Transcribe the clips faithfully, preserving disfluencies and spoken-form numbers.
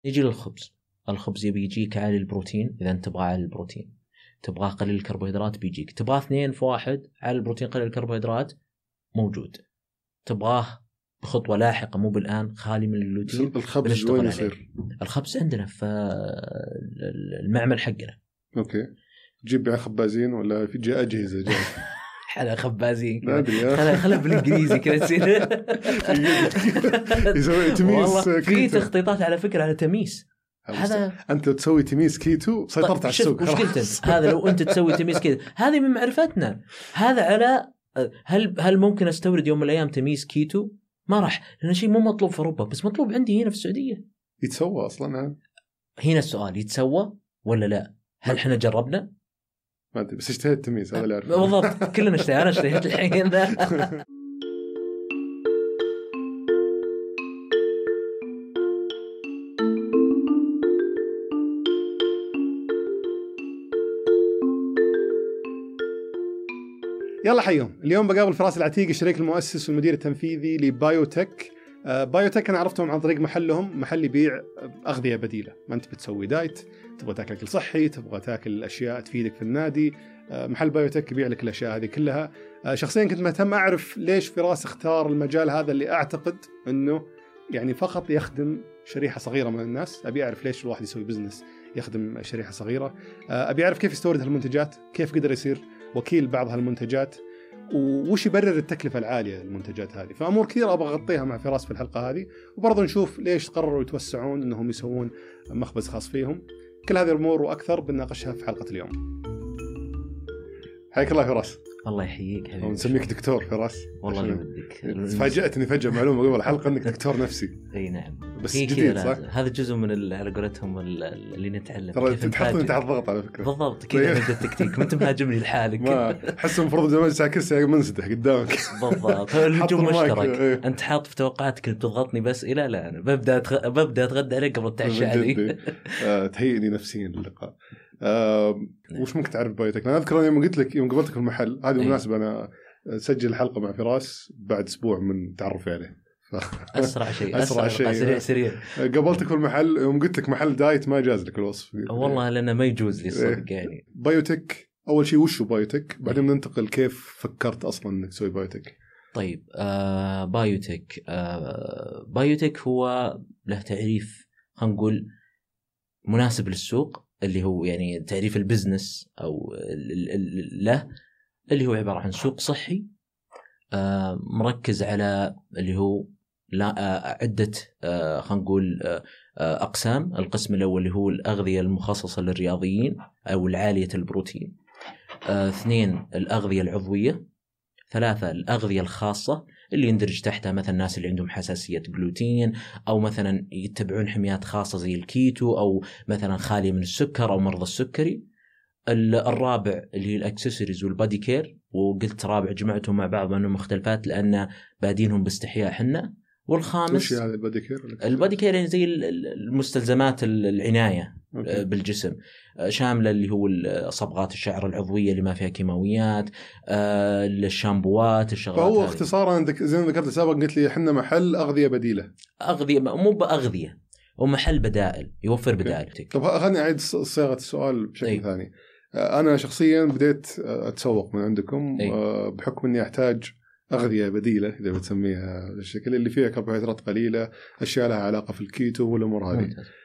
نيجي للخبز. الخبز يبي يجيك عالي البروتين، إذا أنت تبغى عالي البروتين. تبغى قليل الكربوهيدرات بيجيك. تبغى اثنين في واحد، عالي البروتين قليل الكربوهيدرات، موجود. تبغاه بخطوة لاحقة مو بالآن، خالي من الجلوتين. الخبز وين يصير؟ الخبز عندنا في المعمل حقنا. أوكي. تجيب خبازين ولا في جاء أجهزة جاء؟ حلا خبازين ما أدري. خلا خلا بالإنجليزي كذا تصير. يسوي تميس. في تخطيطات على فكرة على تميس. هذا أنت تسوي تميس كيتو سيطرت على السوق. وش قلت هذا لو أنت تسوي تميس كذا؟ هذه من معرفتنا. هذا على هل هل ممكن أستورد يوم من الأيام تميس كيتو؟ ما راح، لأن شيء مو مطلوب في أوروبا بس مطلوب عندي هنا في السعودية. يتسوى أصلاً. هنا السؤال يتسوى ولا لا؟ هل إحنا جربنا؟ ما أدري بس اشتهيت تميس هذا اللي أعرفه. بالضبط كلنا اشتهي. أنا اشتهيت الحين. يلا حيهم. اليوم بقابل فراس العتيق، الشريك المؤسس والمدير التنفيذي لبايوتك. آه بايوتك أنا عرفتهم عن طريق محلهم، محل يبيع أغذية بديلة. ما أنت بتسوي دايت، تبغى تاكل أكل صحي، تبغى تاكل أشياء تفيدك في النادي، آه محل بايوتك يبيع لك الأشياء هذه كلها. آه شخصيا كنت مهتم أعرف ليش فراس اختار المجال هذا اللي أعتقد أنه يعني فقط يخدم شريحة صغيرة من الناس. أبي أعرف ليش الواحد يسوي بزنس يخدم شريحة صغيرة. آه أبي أعرف كيف يستورد هالمنتجات، كيف قدر يصير وكيل بعض هالمنتجات، وش يبرر التكلفة العالية للمنتجات هذه. فأمور كثيرة أبغى أغطيها مع فراس في الحلقة هذه، وبرضه نشوف ليش قرروا يتوسعون أنهم يسوون مخبز خاص فيهم. كل هذه الأمور وأكثر بنناقشها في حلقة اليوم. حياك الله فراس. الله يحييك حبيبي. ونسميك دكتور فراس. والله يوديك. تفاجأتني فجأة معلومة قبل الحلقة أنك دكتور نفسي. أي نعم. بس جديد صح؟ هذا جزء من على قولتهم اللي نتعلم. ترى تحطني تحت ضغط على فكرة. بالضبط كذا نبدأ التكتيك. ما أنت مهاجمني لحالك. ما أحس المفروض زمان ساكس منسدح قدامك. بالضبط. الهجوم مشترك. أنت حاط في توقعاتك اللي بتضغطني بس إلى لا أنا ببدأ تغ... ببدأ أتغدى عليك قبل التعشى علي. آه، تهيئني نفسيا للقاء. آه، وش ممكن تعرف بايوتك؟ أنا أذكر يوم قلت لك يوم قابلتك في المحل هذه مناسبة، أنا سجل الحلقة مع فراس بعد أسبوع من تعرفي عليه. أسرع شيء أسرع, أسرع شيء سريع سريع. قابلتك في المحل يوم قلت لك محل دايت ما جاز لك الوصف. والله لأنه ما يجوز لي صدق يعني. بايوتك أول شيء وشو بايوتك، بعدين ننتقل كيف فكرت أصلاً إنك تسوي بايوتك. طيب آه بايوتك آه بايوتك هو له تعريف خلينا نقول مناسب للسوق، اللي هو يعني تعريف البزنس أو له اللي هو عبارة عن سوق صحي آه مركز على اللي هو لا آه عدة آه خلينا نقول آه أقسام. القسم الأول اللي هو الأغذية المخصصة للرياضيين أو العالية البروتين. آه اثنين الأغذية العضوية. ثلاثة الأغذية الخاصة اللي يندرج تحتها مثلا الناس اللي عندهم حساسية جلوتين أو مثلا يتبعون حميات خاصة زي الكيتو أو مثلا خالية من السكر أو مرضى السكري. الرابع اللي هي الأكسسوارز والبادي كير، وقلت رابع جمعتهم مع بعض لأنهم مختلفات لأن بادينهم باستحياء حنا. والخامس وش هذا البادي كير؟ البادي كير يعني زي المستلزمات العناية أوكي. بالجسم، شاملة اللي هو صبغات الشعر العضوية اللي ما فيها كيماويات، الشامبوات، الشغلات. فهو اختصارا عندك زي ما ذكرت سابقا قلت لي احنا محل أغذية بديلة. أغذية مو بأغذية، ومحل بدائل يوفر بدائل. طب خليني أعيد صياغة السؤال بشكل أي. ثاني. أنا شخصيا بديت أتسوق من عندكم أي. بحكم أني أحتاج أغذية بديلة إذا بتسميها الشكل اللي فيها كربوهيدرات قليلة، أشياء لها علاقة في الكيتو والأمور هذه.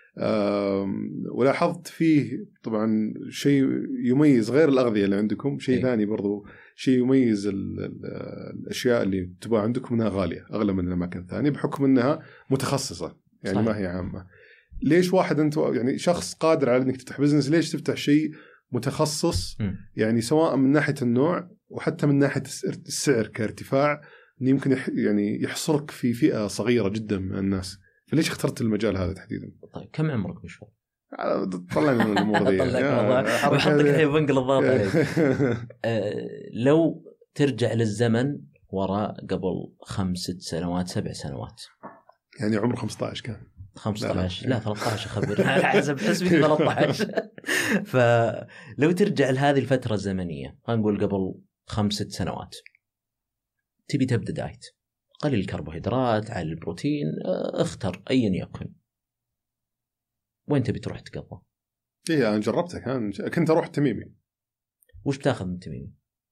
ولاحظت فيه طبعا شيء يميز غير الأغذية اللي عندكم، شيء أي. ثاني برضو شيء يميز الأشياء اللي تباع عندكم أنها غالية أغلى من الأماكن الثانية بحكم أنها متخصصة يعني صحيح. ما هي عامة. ليش واحد أنت يعني شخص قادر على أنك تفتح بزنس ليش تفتح شيء متخصص م. يعني سواء من ناحية النوع وحتى من ناحية السعر كارتفاع يمكن يح يعني يحصرك في فئة صغيرة جدا من الناس، فليش اخترت المجال هذا تحديدا؟ طيب كم عمرك مشوار؟ طلعني من الأمور دي وحطك الحين بنقل الضغط عليك. أه لو ترجع للزمن وراء قبل خمس ست سنوات سبع سنوات يعني عمر خمسة عشر كان خمسة عشر لا, لا ثلاثة عشر خبر على حسب حسبي ثلاثة عشر. فلو ترجع لهذه الفترة الزمنية خلينا نقول قبل خمس ست سنوات تبي تبدأ دايت قليل الكربوهيدرات عالي البروتين اختر أيا يكن. وين تبي تروح تقضى؟ إيه أنا جربتها، كان كنت أروح تميمي. وش بتاخذ من تميمي؟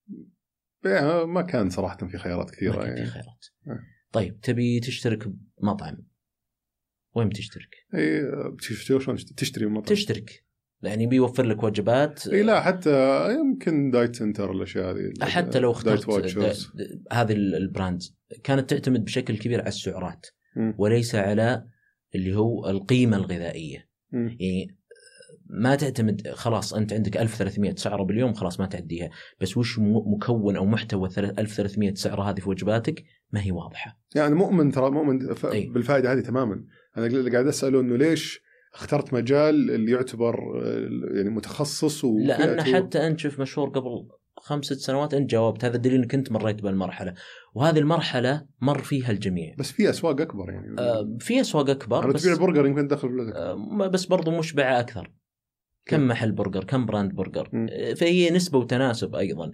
إيه ما كان صراحة في خيارات كثيرة. ما كان يعني. في خيارات. أه. طيب تبي تشترك بمطعم، وين بتشترك؟ إيه بتشتري شلون تشتري مطعم؟ تشترك يعني بيوفر لك وجبات. إيه لا حتى يمكن دايت سنتر الأشياء هذه. حتى لو اخترت هذه البراند كانت تعتمد بشكل كبير على السعرات م. وليس على اللي هو القيمة الغذائية. م. يعني ما تعتمد خلاص أنت عندك ألف وثلاثمائة سعرة باليوم خلاص ما تعديها، بس وش مكون أو محتوى ألف وثلاثمائة سعرة هذه في وجباتك ما هي واضحة. يعني مؤمن ترى مؤمن ف... بالفائدة هذه تماما. أنا اللي قاعد أسأله إنه ليش اخترت مجال اللي يعتبر يعني متخصص و... لأن حتى أنت شوف مشهور قبل خمسة سنوات أنت جاوبت، هذا دليل أنك أنت مريت بالمرحلة، وهذه المرحلة مر فيها الجميع. بس في أسواق أكبر يعني. آه في أسواق أكبر. بس تبيع برجر يمكن دخل بلدك. آه بس برضو مشبعة أكثر. كم محل برجر، كم براند برجر. م. فهي نسبة وتناسب أيضا.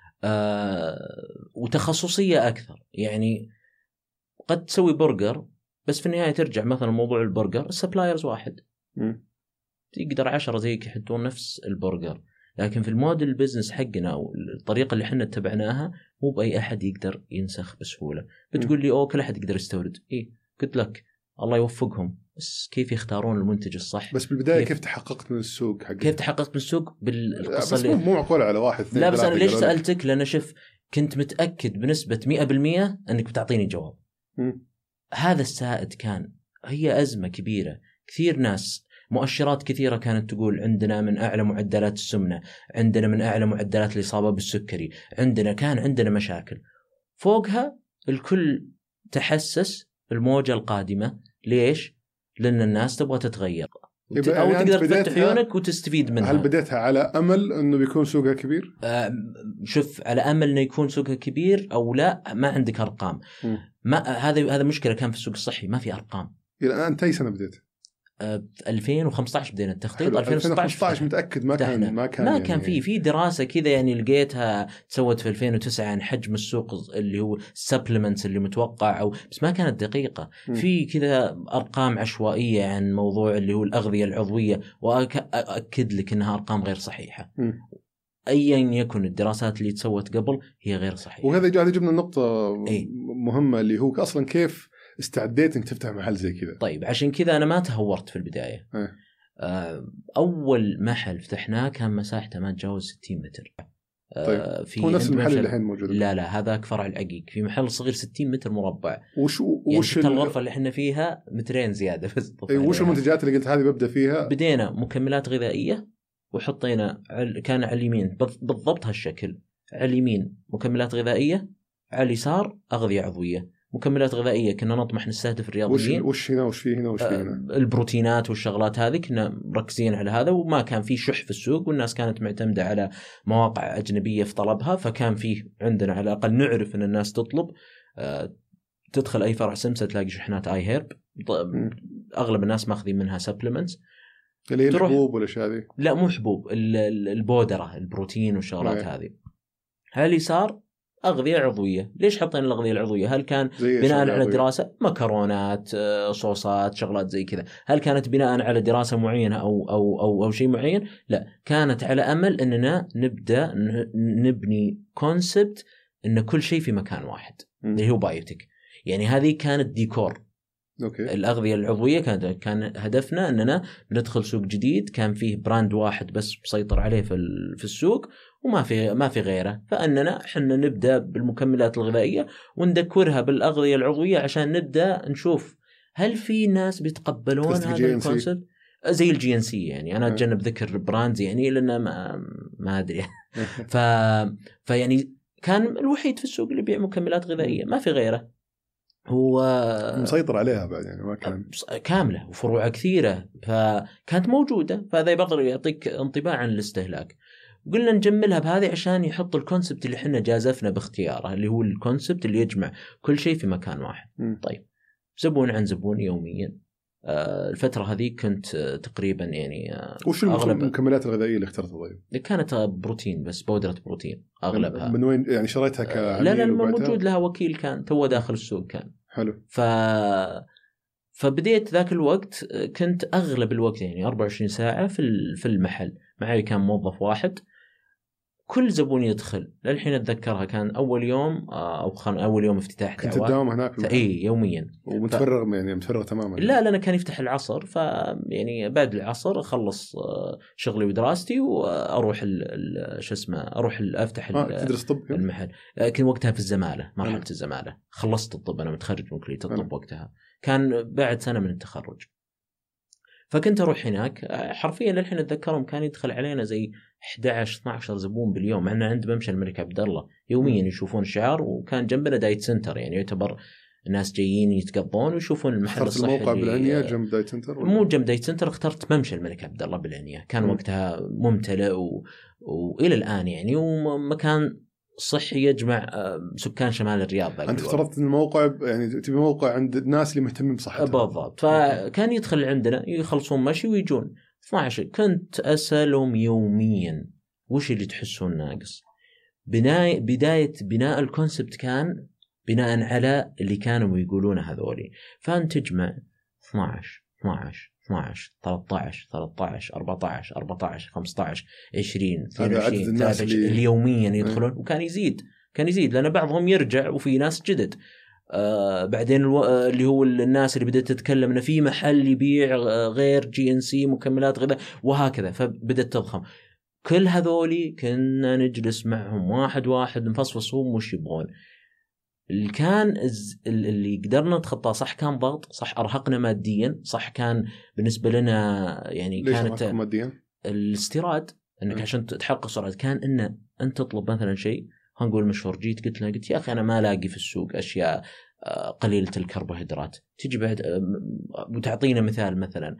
آه وتخصصية أكثر. يعني قد تسوي برجر بس في النهاية ترجع مثلا موضوع البرجر السبلايرز واحد. م. يقدر عشرة زيك يحطون نفس البرجر، لكن في الموديل البزنس حقنا أو الطريقة اللي حنا اتبعناها مو بأي أحد يقدر ينسخ بسهولة. بتقول لي أوه كل أحد يقدر يستورد، إيه قلت لك الله يوفقهم، بس كيف يختارون المنتج الصح. بس بالبداية كيف, كيف تحققت من السوق حقك؟ كيف تحققت من السوق بالقصة بس اللي مو معقول على واحد اثنين. لا بس أنا ليش سألتك؟ لأن شوف كنت متأكد بنسبة مئة بالمئة أنك بتعطيني جواب. م. هذا السائد كان هي أزمة كبيرة. كثير ناس مؤشرات كثيرة كانت تقول عندنا من أعلى معدلات السمنة، عندنا من أعلى معدلات الإصابة بالسكري، عندنا كان عندنا مشاكل. فوقها الكل تحسس الموجة القادمة. ليش؟ لأن الناس تبغى تتغير أو يعني تقدر تفتح عيونك وتستفيد منها. هل بديتها على أمل أنه بيكون سوقها كبير؟ آه شوف على أمل أنه يكون سوقها كبير أو لا ما عندك أرقام. ما هذا هذا مشكلة كان في السوق الصحي ما في أرقام. إلى أنت أي سنة بديت؟ ألفين وخمسة عشر بدينا التخطيط. ألفين وخمسة عشر متأكد ما كان ما كان ما يعني كان في في دراسة كذا يعني لقيتها تسوت في ألفين وتسعة عن حجم السوق اللي هو supplements اللي متوقع أو بس ما كانت دقيقة. م. في كذا أرقام عشوائية عن موضوع اللي هو الأغذية العضوية وأكد لك إنها أرقام غير صحيحة. م. أيا يكن الدراسات اللي تسوت قبل هي غير صحيحة. وهذا جاء جبنا النقطة ايه؟ مهمة اللي هو أصلا كيف استعديت انك تفتح محل زي كذا. طيب عشان كذا انا ما تهورت في البدايه. اه. اول محل فتحناه كان مساحته ما تجاوز ستين متر. طيب. في هو نفس المحل اللي الحين موجود؟ لا لا هذاك فرع العقيق في محل صغير ستين متر مربع. وش وش يعني الغرفه اللي احنا فيها مترين زياده بس. اي وش المنتجات اللي قلت هذه ببدا فيها؟ بدينا مكملات غذائيه وحطينا كان على اليمين بالضبط هالشكل، على اليمين مكملات غذائيه، على اليسار اغذيه عضويه. مكملات غذائيه كنا نطمح نستهدف الرياضيين. وش وش هنا وش فيه هنا وش فيه هنا؟ آه البروتينات والشغلات هذه كنا مركزين على هذا، وما كان في شح في السوق والناس كانت معتمده على مواقع اجنبيه في طلبها، فكان فيه عندنا على الاقل نعرف ان الناس تطلب. آه تدخل اي فرع سمسه تلاقي شحنات اي هيرب، اغلب الناس ماخذين منها سبلمنتس. اللي هي الحبوب ولا شيء هذه؟ لا مو حبوب، البودره البروتين والشغلات هذه. هل صار أغذية عضوية؟ ليش حطينا الأغذية العضوية؟ هل كان بناء على دراسة مكرونات صوصات شغلات زي كذا؟ هل كانت بناء على دراسة معينة أو أو أو, أو شيء معين؟ لا، كانت على أمل أننا نبدأ نبني كونسبت إن كل شيء في مكان واحد اللي هو بايوتك. يعني هذه كانت ديكور. أوكي. الأغذية العضوية كان كان هدفنا أننا ندخل سوق جديد كان فيه براند واحد بس مسيطر عليه في في السوق وما في ما في غيره، فأننا حنا نبدأ بالمكملات الغذائية وندكرها بالأغذية العضوية عشان نبدأ نشوف هل في ناس بيتقبلون هذا الكونسبت زي الجي ان سي. يعني أنا أتجنب ذكر براندز يعني لأن ما ما أدري ف فيعني كان الوحيد في السوق اللي يبيع مكملات غذائية ما في غيره، هو مسيطر عليها بعد يعني ما كان كاملة وفروع كثيرة فكانت موجودة، فهذا يقدر يعطيك انطباع عن الاستهلاك. وقلنا نجملها بهذه عشان يحط الكونسبت اللي حنا جازفنا باختياره اللي هو الكونسبت اللي يجمع كل شيء في مكان واحد. م. طيب زبون عن زبون يوميا. آه الفترة هذه كنت آه تقريبا يعني آه وش المكملات الغذائية اللي اخترتها؟ طيب كانت بروتين بس بودرة بروتين أغلبها. من وين يعني شريتها كعميل؟ لا لا موجود لها وكيل كان تو داخل السوق كان. حلو. ف فبديت ذاك الوقت كنت أغلب الوقت يعني أربعة وعشرين ساعة في في المحل. معي كان موظف واحد، كل زبون يدخل للحين أتذكرها كان أول يوم أو خل أول يوم افتتاح كنت دعوة تداوم هناك في المحل؟ إيه يوميا. ومتفرغ ف... يعني متفرغ تماما؟ لا لأنا كان يفتح العصر، فيعني بعد العصر أخلص شغلي ودراستي وأروح ال شو اسمه أروح أفتح آه، تدرس طب المحل. كنت وقتها في الزمالة، مرحلة الزمالة، خلصت الطب، أنا متخرج من كلية الطب وقتها، كان بعد سنة من التخرج. فكنت أروح هناك حرفيا للحين أتذكرهم كان يدخل علينا زي أحد عشر اثنا عشر زبون باليوم، معنا عند ممشى الملك عبد الله يوميا يشوفون الشعار، وكان جنبنا دايت سنتر يعني يعتبر الناس جايين يتقضون ويشوفون المحل الصحي. الموقع بالعنية جنب دايت سنتر؟ مو جنب دايت سنتر، اخترت ممشى الملك عبد الله بالعنية، كان م. وقتها ممتلئ و... وإلى الآن يعني، ومكان صحي يجمع سكان شمال الرياض. أنت افترضت أن الموقع يعني تبي موقع عند الناس اللي مهتمين بصحتهم. بالضبط. فكان يدخل عندنا يخلصون مشي ويجون اثنا عشر. كنت أسألهم يوميا وش اللي تحسون ناقص. بناء بداية بناء الكونسبت كان بناء على اللي كانوا يقولونه هذولي. فأنت تجمع اثنا عشر اثنا عشر اثنا عشر ثلاثة عشر ثلاثة عشر أربعة عشر أربعة عشر خمسة عشر عشرين اثنين وعشرين ثلاثة عشر اللي يوميا يدخلون. وكان يزيد كان يزيد لأن بعضهم يرجع وفي ناس جدد. آه بعدين الو... آه اللي هو الناس اللي بدأت تتكلم إن في محل يبيع غير جي إن سي مكملات غذاء وهكذا، فبدأت تضخم. كل هذولي كنا نجلس معهم واحد واحد نفصفصهم وش يبغون. اللي كان اللي قدرنا نتخطاه صح كان ضغط، صح أرهقنا ماديا، صح كان بالنسبة لنا يعني كانت ماديا الاستيراد انك م. عشان تحقق سرعة كان ان انت تطلب مثلا شيء هنقول مشهور، جيت قلت له قلت يا اخي انا ما الاقي في السوق اشياء قليلة الكربوهيدرات، تيجي بعد وتعطينا مثال مثلا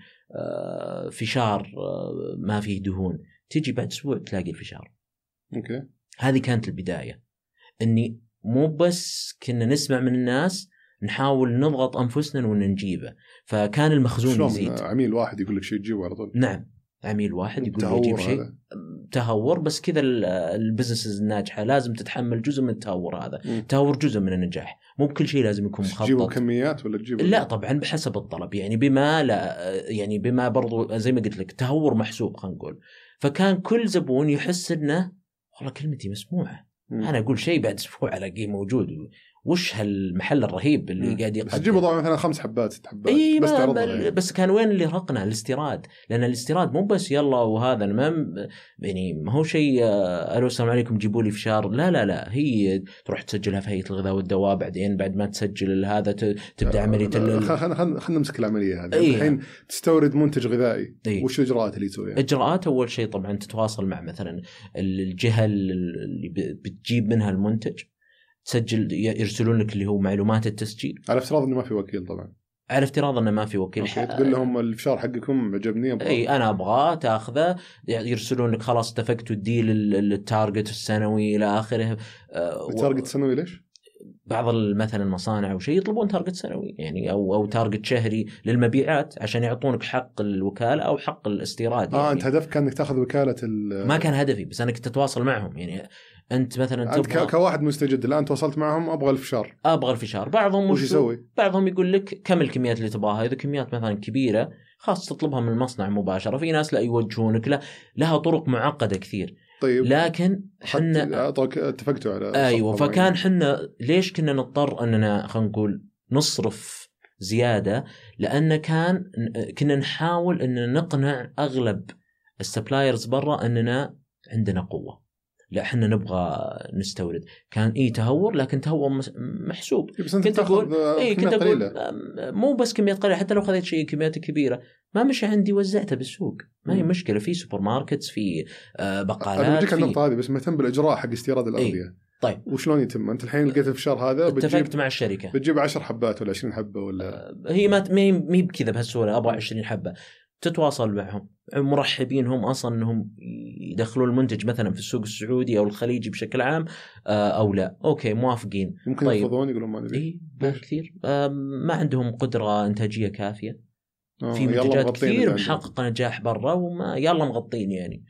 فشار ما فيه دهون، تيجي بعد اسبوع تلاقي الفشار. اوكي. هذه كانت البداية، اني مو بس كنا نسمع من الناس، نحاول نضغط أنفسنا ونجيبه. فكان المخزون يزيد. عميل واحد يقول لك شيء تجيبه على طول؟ نعم، عميل واحد يقول لي يجيب شيء. تهور. بس كذا البزنس الناجحة لازم تتحمل جزء من التهور هذا. م. تهور جزء من النجاح، مو بكل شيء لازم يكون مخطط. تجيبوا كميات ولا تجيبوا؟ لا طبعا بحسب الطلب، يعني بما لا يعني بما برضو زي ما قلت لك تهور محسوب خلينا نقول. فكان كل زبون يحس إنه والله كلمتي مسموعة. أنا أقول شيء بعد أسبوع ألاقيه موجود. وش هالمحل الرهيب اللي م. قاعد يقدم. بس تجيبوا طبعا مثلا خمس حبات ست حبات. إيه بس تعرضها. بس كان وين اللي رقنا الاستيراد، لأن الاستيراد مو بس يلا وهذا المهم يعني ما هو شيء ألو السلام عليكم جيبوا لي فشار. لا لا لا هي تروح تسجلها في هيئة الغذاء والدواء، بعدين بعد ما تسجل هذا تبدأ عملية. خلنا خلنا خلنا نمسك العملية هذه. إيه. الحين تستورد منتج غذائي. إيه. وش الإجراءات اللي تسويها؟ إجراءات أول شيء طبعا تتواصل مع مثلا الجهة اللي بتجيب منها المنتج، تسجل يرسلون لك اللي هو معلومات التسجيل على افتراض انه ما في وكيل. طبعا على افتراض انه ما في وكيل. تقول لهم الفشار حقكم عجبني ابغاه. اي انا ابغاه تاخذه، يرسلون لك خلاص اتفقتوا الديل التارجت السنوي الى اخره. التارجت السنوي ليش؟ بعض مثلا المصانع او شيء يطلبون تارجت سنوي يعني او او تارجت شهري للمبيعات عشان يعطونك حق الوكاله او حق الاستيراد. اه يعني انت هدفك انك تاخذ وكاله. ما كان هدفي، بس انا كنت اتواصل معهم. يعني انت مثلا انت تبغى... كواحد مستجد الان تواصلت معهم ابغى الفشار ابغى الفشار بعضهم وش يسوي؟ بعضهم يقول لك كم الكميات اللي تبغاها. اذا كميات مثلا كبيره خاص تطلبها من المصنع مباشره. في ناس لا يوجهونك، لا لها طرق معقده كثير. طيب لكن حنا اتفقتوا على ايوه. فكان حنا ليش كنا نضطر اننا خلينا نقول نصرف زياده، لان كان كنا نحاول ان نقنع اغلب السبلايرز برا اننا عندنا قوه، لا احنا نبغى نستورد. كان اي تهور، لكن تهور محسوب. كنت اقول اي كنت اقول مو بس كميات قليله، حتى لو خذيت شيء كميات كبيره ما مشي عندي وزعته بالسوق ما هي مشكله. في سوبر ماركتس، في بقالات. انا بجيك النقطه هذه، بس مهتم بالاجراء حق استيراد الاغذيه. طيب وشلون يتم؟ انت الحين لقيت الفشار هذا اتفقت مع الشركه بتجيب عشر حبات ولا عشرين حبه ولا هي ما ما هي بكذا بهالسهوله ابغى عشرين حبه. تتواصل معهم مرحبين هم أصلا أنهم يدخلون المنتج مثلا في السوق السعودي أو الخليجي بشكل عام أو لا. أوكي موافقين. ممكن طيب. يرفضون يقولون ما نبي. إيه كثير ما عندهم قدرة إنتاجية كافية. في منتجات كثير محققة نجاح برا وما يلا مغطين يعني.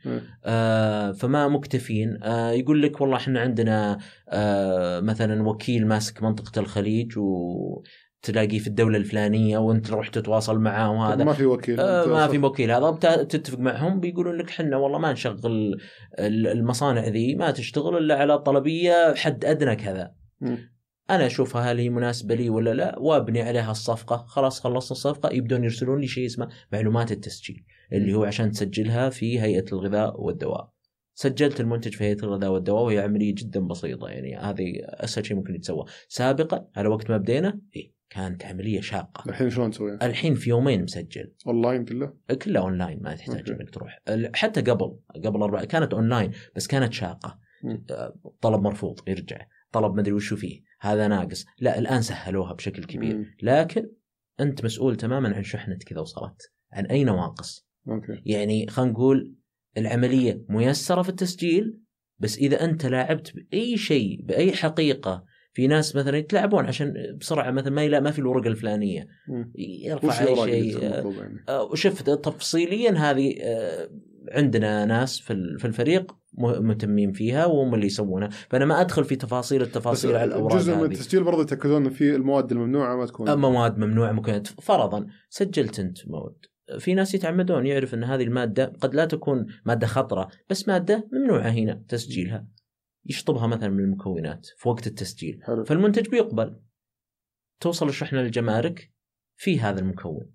آه فما مكتفين. آه يقول لك والله إحنا عندنا آه مثلا وكيل ماسك منطقة الخليج و تلاقيه في الدولة الفلانية وانت رحت تتواصل معاه وهذا ما في وكيل آه ما في وكيل هذا تتفق معهم بيقولون لك حنا والله ما نشغل المصانع ذي ما تشتغل إلا على طلبية حد أدنى كذا. م. أنا أشوفها هل هي مناسبة لي ولا لا وابني عليها الصفقة. خلاص خلصنا الصفقة يبدون يرسلون لي شيء اسمه معلومات التسجيل اللي هو عشان تسجلها في هيئة الغذاء والدواء. سجلت المنتج في هيئة الغذاء والدواء وهي عملية جدا بسيطة يعني هذه أسهل شيء ممكن يتسوى. سابقا على وقت ما بدينا إيه كانت عملية شاقة. الحين شلون نسويها؟ الحين في يومين مسجل أونلاين كله؟ كله أونلاين ما تحتاج إنك تروح. حتى قبل قبل أربعة كانت أونلاين بس كانت شاقة. م. طلب مرفوض يرجع طلب مدري وشو فيه هذا ناقص. لا الآن سهلوها بشكل كبير. م. لكن أنت مسؤول تماما عن شحنتك إذا وصلت عن أي نواقص. أوكي. يعني خلينا نقول العملية ميسرة في التسجيل بس إذا أنت لاعبت بأي شيء بأي حقيقة في ناس مثلا يتلعبون عشان بسرعة مثلا ما يلا ما في الورقة الفلانية يرفع أي شيء يعني. وشفت تفصيليا هذه عندنا ناس في الفريق مهتمين فيها وهم اللي يسوونها. فأنا ما أدخل في تفاصيل التفاصيل على الأوراق. جزء من التسجيل برضه يتأكدون إن في المواد الممنوعة ما تكون مواد ممنوعة ممكن فرضا سجلت أنت مواد في ناس يتعمدون يعرف أن هذه المادة قد لا تكون مادة خطرة بس مادة ممنوعة هنا تسجيلها يشطبها مثلا من المكونات في وقت التسجيل. حلو. فالمنتج بيقبل توصل الشحنة للجمارك في هذا المكون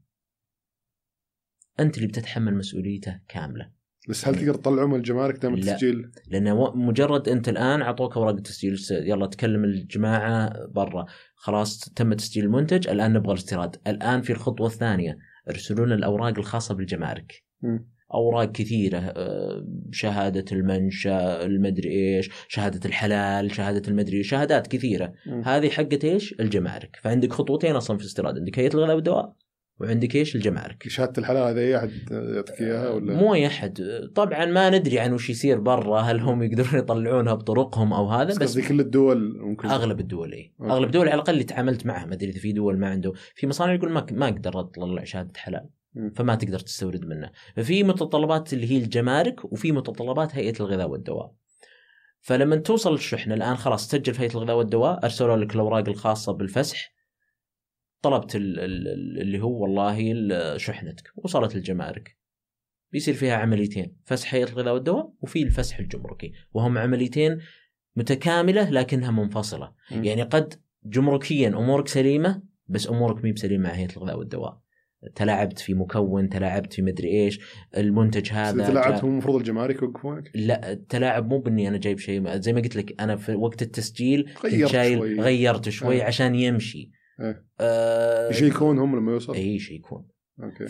أنت اللي بتتحمل مسؤوليته كاملة. بس هل تقدر تطلعه من الجمارك دام التسجيل؟ لأنه مجرد أنت الآن عطوك ورقة تسجيل يلا تكلم الجماعة برا خلاص تم تسجيل المنتج الآن نبغى الاستيراد. الآن في الخطوة الثانية ارسلون الأوراق الخاصة بالجمارك. م. أوراق كثيرة شهادة المنشأ المدري إيش شهادة الحلال شهادة المدري شهادات كثيرة. م. هذه حقت إيش الجمارك. فعندك خطوتين أصلا في الاستيراد عندك هيئة الغذاء والدواء وعندك إيش الجمارك. شهادة الحلال هذا أي أحد يعطيك إياها ولا مو أي أحد طبعا ما ندري عن وش يصير برا هل هم يقدرون يطلعونها بطرقهم أو هذا بس, بس كل الدول ممكن أغلب الدول إيه أغلب الدول على الأقل اللي تعاملت معها ما أدري إذا في دول ما عنده في مصانع يقول ما ما أقدر أطلع شهادة حلال فما تقدر تستورد منه. ففي متطلبات اللي هي الجمارك وفي متطلبات هيئة الغذاء والدواء. فلما توصل الشحنة الآن خلاص تسجل في هيئة الغذاء والدواء أرسلوا لك الأوراق الخاصة بالفسح طلبت اللي هو والله شحنتك وصلت الجمارك بيصير فيها عمليتين فسح هيئة الغذاء والدواء وفي الفسح الجمركي وهم عمليتين متكاملة لكنها منفصلة. م. يعني قد جمركيا أمورك سليمة بس أمورك مي بسليمة مع هيئة الغذاء والدواء. تلاعبت في مكون تلاعبت في مدري إيش المنتج هذا تلاعبت هم المفروض الجمارك يوقفونك. لا التلاعب مو بني أنا جايب شيء زي ما قلت لك أنا في وقت التسجيل غيرت شوي غيرت شوي آه. عشان يمشي إيه. آه شيء يكون هم لما يوصل أي شيء يكون. أوكي.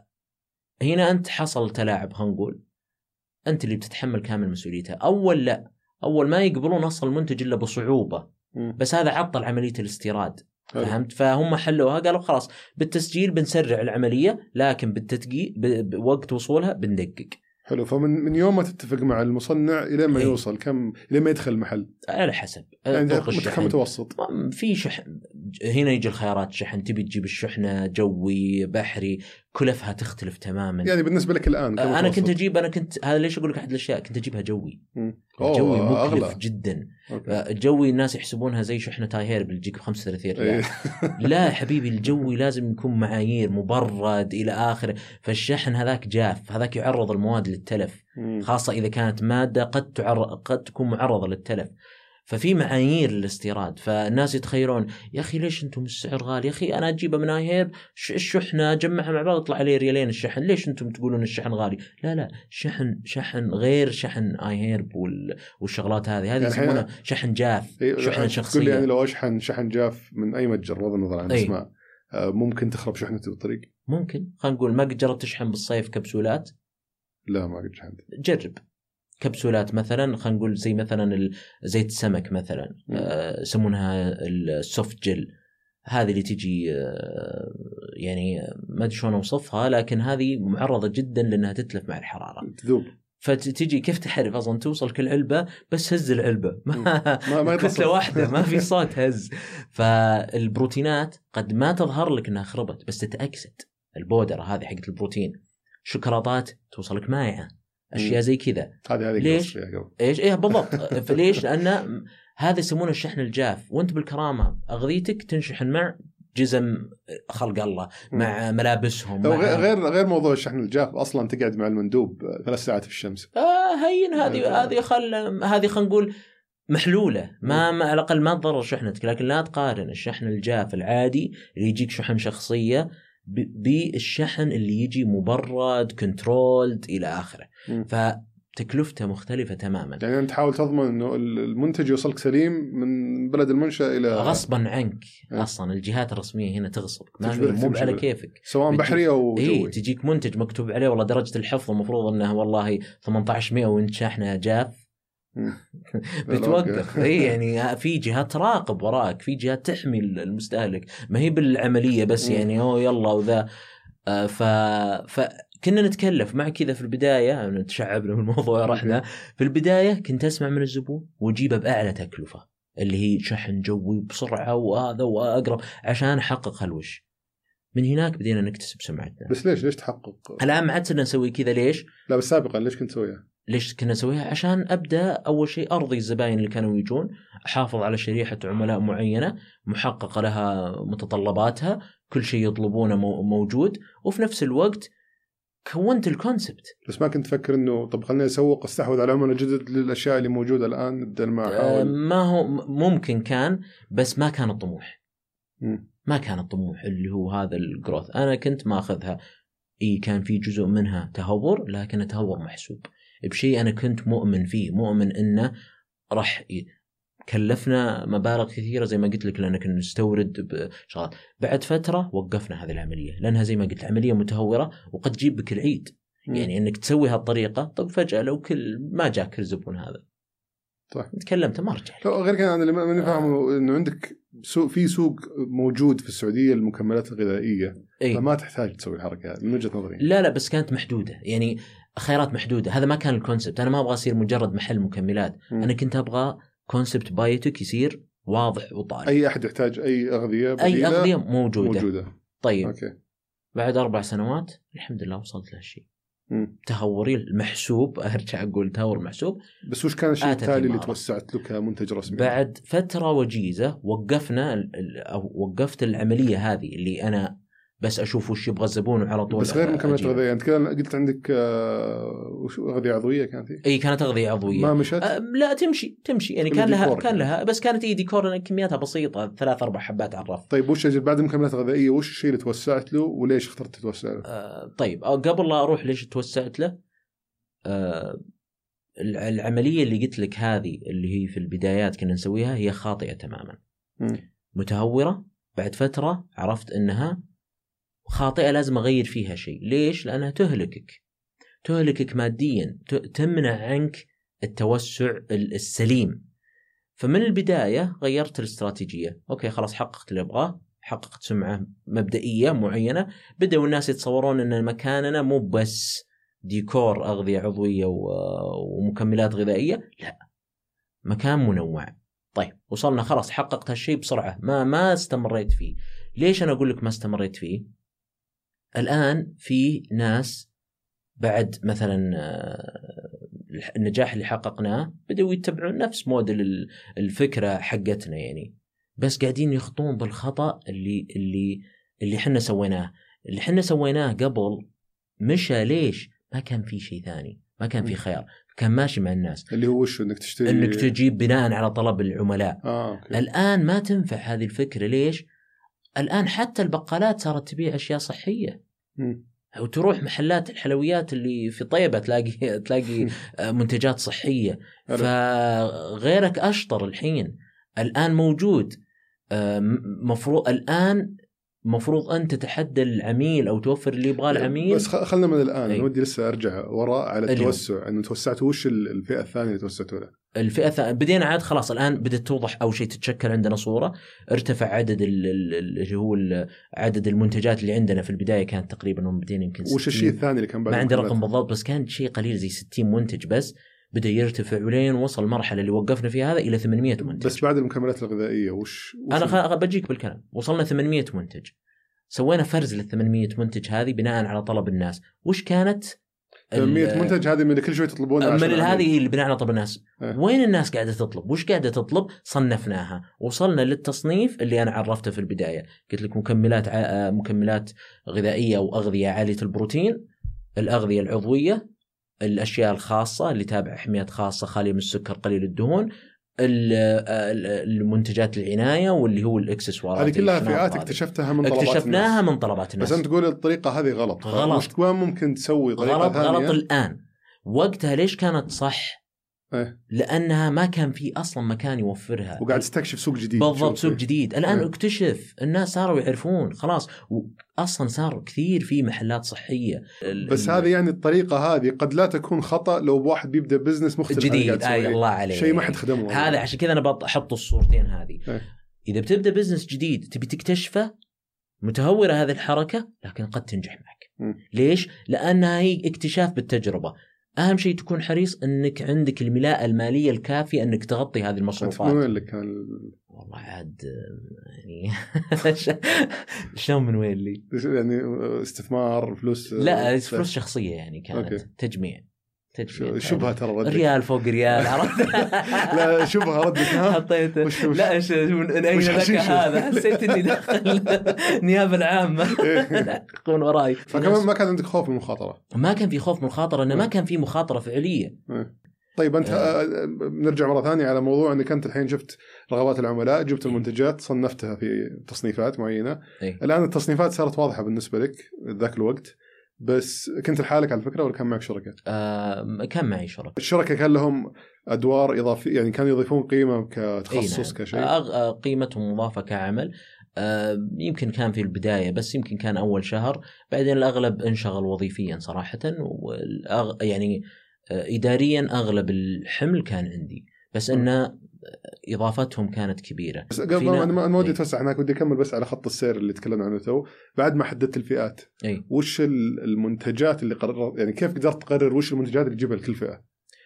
فهنا أنت حصل تلاعب هنقول أنت اللي بتتحمل كامل مسؤوليته. أول لا أول ما يقبلون أصل المنتج إلا بصعوبة م. بس هذا عطل عملية الاستيراد. فهمت. فهم حلوها قالوا خلاص بالتسجيل بنسرع العملية لكن بالتدقيق بوقت وصولها بندقق. حلو. فمن من يوم ما تتفق مع المصنع إلى ما يوصل كم إلى ما يدخل المحل على حسب يعني متخم متوسط في شحن. هنا يجي الخيارات شحن تبي تجيب الشحنة جوي بحري كلفها تختلف تماما. يعني بالنسبة لك الآن أنا كنت أجيب أنا كنت هذا ليش أقول لك أحد الأشياء كنت أجيبها جوي. جوي مكلف أغلى. جدا. أوكي. الجوي الناس يحسبونها زي شحنة تايهير بتجيك بخمسة وثلاثين ريال. لا يا حبيبي الجوي لازم يكون معايير مبرد إلى آخره. فالشحن هذاك جاف هذاك يعرض المواد للتلف خاصة إذا كانت مادة قد تعرض قد تكون معرضة للتلف. ففي معايير للاستيراد. فالناس يتخيلون يا أخي ليش أنتم السعر غالي يا أخي أنا أجيبها من آيهير الشحنة جمعها مع بعض يطلع عليه ريالين الشحن ليش أنتم تقولون الشحن غالي. لا لا شحن شحن غير شحن آيهير والشغلات هذه هذه يسمونها يعني شحن جاف شحن شخصية. تقول يعني لو أشحن شحن جاف من أي متجر بغض النظر عن اسماء ممكن تخرب شحنته بالطريق. ممكن خلينا نقول ما قد جربت تشحن بالصيف كبسولات. لا ما قد شحنت. جرب كبسولات مثلا خلينا نقول زي مثلا زيت السمك مثلا آه يسمونها السوفت جل هذه اللي تجي آه يعني ما ادري شلون اوصفها لكن هذه معرضه جدا لانها تتلف مع الحراره تذوب. فتجي كيف تحرف اصلا توصل كل علبه بس هز العلبه ما ما كتله واحده ما في صوت هز. فالبروتينات قد ما تظهر لك انها خربت بس تتاكسد. البودره هذه حقت البروتين شوكولاتات توصلك مايعه اشياء زي كذا. هذه هذه ليش ايش ايه بالضبط. فليش لان هذا يسمونه الشحن الجاف وانت بالكرامه اغذيتك تنشحن مع جزم خلق الله مع ملابسهم مع مع... غير غير موضوع الشحن الجاف اصلا تقعد مع المندوب ثلاث ساعات في الشمس. آه هين هذه هذه خل هذه خلينا نقول محلوله، ما, ما على الاقل ما تضرر شحنتك. لكن لا تقارن الشحن الجاف العادي اللي يجيك شحن شخصيه بالشحن اللي يجي مبرد كنترولد الى اخره. فتكلفته مختلفه تماما. يعني انت تحاول تضمن انه المنتج يوصلك سليم من بلد المنشأ الى غصبا عنك. أه. اصلا الجهات الرسميه هنا تغصبك، مو على كيفك، سواء بحري او جوي. إيه تجيك منتج مكتوب عليه والله درجه الحفظ المفروض انه والله ثمانية عشر مئة وانت شاحنه جاف بتوقف. اي يعني في جهات تراقب وراك، في جهات تحمي المستهلك، ما هي بالعمليه بس يعني هو يلا وذا. آه ف فكنا نتكلف مع كذا في البدايه، نتشعبنا في الموضوع رحنا في البدايه. كنت اسمع من الزبون واجيبه باعلى تكلفه اللي هي شحن جوي بسرعه وهذا واقرب عشان احقق هالوش. من هناك بدينا نكتسب سمعتنا. بس ليش ليش تحقق؟ الان ما عاد صرنا نسوي كذا. ليش؟ لا بس سابقا ليش كنت تسويها؟ ليش كنا نسويها؟ عشان أبدأ أول شيء أرضي الزبائن اللي كانوا يجون، أحافظ على شريحة عملاء معينة محققة لها متطلباتها، كل شيء يطلبونه موجود، وفي نفس الوقت كونت الكونسبت. بس ما كنت تفكر إنه طب خلينا نسوق استحوذ على عملاء جدد للأشياء اللي موجودة الآن نبدأ معها؟ ما هو ممكن كان، بس ما كان الطموح. م. ما كان الطموح اللي هو هذا الجروث. أنا كنت ما أخذها. إي كان في جزء منها تهور، لكن تهور محسوب بشيء أنا كنت مؤمن فيه، مؤمن إنه راح كلفنا مبالغ كثيرة زي ما قلت لك، لأننا كنا نستورد بشغلات. بعد فترة وقفنا هذه العملية لأنها زي ما قلت عملية متهورة وقد تجيب بك العيد. م. يعني إنك تسوي هالطريقة، طب فجأة لو كل ما جاك الزبون هذا طيب تكلمت ما رجع. غير كان أنا اللي ما نفهمه إنه عندك سوق، في سوق موجود في السعودية المكملات الغذائية، إيه؟ فما تحتاج تسوي الحركة من وجهة نظري. لا لا بس كانت محدودة، يعني خيارات محدودة. هذا ما كان الكونسبت. أنا ما أبغى أصير مجرد محل مكملات. م. أنا كنت أبغى كونسبت بايوتك يصير واضح وطارئ. أي أحد يحتاج أي أغذية أي أغذية موجودة. موجودة. طيب أوكي. بعد أربع سنوات الحمد لله وصلت لهالشيء. تهوري المحسوب، أرجع أقول تهور محسوب. بس وش كان الشيء التالي اللي توسعت له كمنتج رسمي؟ بعد فترة وجيزة وقفنا أو وقفت العملية هذه اللي أنا بس أشوف وش يبغى الزبون وعلى طول. بس غير مكملات غذائية، أنت كذا قلت عندك وش أغذية عضوية كانت هي؟ أي كانت أغذية عضوية. ما مشت؟ أه لا تمشي تمشي يعني كان لها كان لها بس كانت إيه ديكور كمياتها بسيطة، ثلاث أربع حبات على الرف. طيب وش بعد المكملات الغذائية وش الشيء اللي توسعت له وليش اخترت تتوسع له؟ أه طيب قبل لا أروح ليش توسعت له، أه العملية اللي قلت لك هذه اللي هي في البدايات كنا نسويها هي خاطئة تماما. م. متهورة. بعد فترة عرفت إنها خاطئة، لازم أغير فيها شيء. ليش؟ لأنها تهلكك تهلكك ماديا، تمنع عنك التوسع السليم. فمن البداية غيرت الاستراتيجية. أوكي خلاص حققت اللي أبغاه، حققت سمعة مبدئية معينة، بدأوا الناس يتصورون أن مكاننا مو بس ديكور أغذية عضوية ومكملات غذائية، لا مكان منوع. طيب وصلنا خلاص حققت هالشيء بسرعة، ما ما استمريت فيه. ليش أنا أقول لك ما استمريت فيه؟ الآن في ناس بعد مثلا النجاح اللي حققناه بدأوا يتبعون نفس موديل الفكرة حقتنا يعني، بس قاعدين يخطون بالخطأ اللي اللي اللي حنا سويناه اللي حنا سويناه قبل. مشى ليش؟ ما كان في شيء ثاني، ما كان في خيار، كان ماشي مع الناس. اللي هو وش انك تشتري، انك تجيب بناء على طلب العملاء. آه، أوكي. الآن ما تنفع هذه الفكرة. ليش؟ الآن حتى البقالات صارت تبيع أشياء صحية. م. أو تروح محلات الحلويات اللي في طيبة تلاقي تلاقي منتجات صحية. فغيرك أشطر الحين الآن موجود. مفروض الآن مفروض أن تتحدى العميل أو توفر اللي يبغاه العميل. بس خلنا من الآن. أنا ودي لسه أرجع وراء على التوسع، أنه توسعت. وش الفئة الثانية اللي توسعتوا لها؟ الفئة الثانية بدينا عاد خلاص الآن بدأت توضح أو شيء تتشكل عندنا صورة. ارتفع عدد اللي هو عدد المنتجات اللي عندنا. في البداية كانت تقريبا بدينا يمكن وش الشيء الثاني اللي كان بعد؟ ما عندي رقم بالضبط بس كان شيء قليل زي ستين منتج بس. بدأ يرتفع ولين وصل المرحلة اللي وقفنا فيها هذا إلى ثمانمائة منتج. بس بعد المكملات الغذائية وش, وش أنا خ... بجيك بالكلام. وصلنا ثمانمائة منتج. سوينا فرز للثمانمائة منتج هذه بناء على طلب الناس. وش كانت مية منتج هذه من كل شوي تطلبونها من هذه اللي بناء على طلب الناس. أه. وين الناس قاعدة تطلب؟ وش قاعدة تطلب؟ صنفناها وصلنا للتصنيف اللي أنا عرفته في البداية. قلت لك مكملات ع... مكملات غذائية وأغذية عالية البروتين، الأغذية العضوية، الأشياء الخاصة اللي تابع حميات خاصة خالية من السكر قليل الدهون، المنتجات العناية واللي هو الإكسسوارات. هذه كلها فئات اكتشفتها من طلبات اكتشفناها الناس. من طلبات الناس. بس أنت تقول الطريقة هذه غلط. غلط. وين ممكن تسوي طريقة غلط ثانية؟ غلط الآن. وقتها ليش كانت صح؟ إيه؟ لأنها ما كان في أصلا مكان يوفرها، وقاعد تستكشف سوق جديد. بالضبط، سوق جديد الآن. إيه؟ اكتشف الناس صاروا يعرفون خلاص، أصلا صار كثير في محلات صحية. بس هذه يعني الطريقة هذه قد لا تكون خطأ لو واحد بيبدأ بزنس مختلف جديد. آه الله عليه، شيء ما حد خدمه. هذا عشان كذا أنا بحط الصورتين هذه. إيه؟ إذا بتبدأ بزنس جديد تبي تكتشفه، متهورة هذه الحركة لكن قد تنجح معك. م. ليش؟ لأنها هي اكتشاف بالتجربة. أهم شيء تكون حريص أنك عندك الملاءة المالية الكافية أنك تغطي هذه المصروفات. من وين لك كان؟ والله عاد يعني شلون من وين لي؟ يعني استثمار فلوس؟ لا فلوس شخصية يعني كانت. أوكي. تجميع تجميع شبهة ترى ردك. ريال فوق ريال عرفت. لا شبهة ردك. ها حطيت لا إيش من أين لك هذا؟ حسيت إني داخل نيابة العامة يكون وراي. فكمان ما كان عندك خوف من المخاطرة؟ ما كان في خوف من المخاطرة، إنه ما كان في مخاطرة فعلية. طيب أنت أه. نرجع مرة ثانية على موضوع أنك أنت الحين شفت رغبات العملاء، جبت المنتجات صنفتها في تصنيفات معينة. إيه؟ الآن التصنيفات صارت واضحة بالنسبة لك ذاك الوقت، بس كنت لحالك على الفكرة ولا كان معك شركة؟ آه كان معي شركة. الشركة كان لهم أدوار إضافية، يعني كانوا يضيفون قيمة كتخصص؟ إيه نعم. كشيء قيمتهم مضافة كعمل. آه يمكن كان في البداية، بس يمكن كان أول شهر، بعدين الأغلب انشغل وظيفيا صراحة، والأغ... يعني آه إداريا أغلب الحمل كان عندي، بس إنه إضافتهم كانت كبيرة. بس قبل ما أنا ما ودي أتوسع هناك، ودي أكمل بس على خط السير اللي تكلمنا عنه تو. بعد ما حددت الفئات، أي. وش المنتجات اللي قررت، يعني كيف قدرت تقرر وش المنتجات اللي تجيبها لكل فئة؟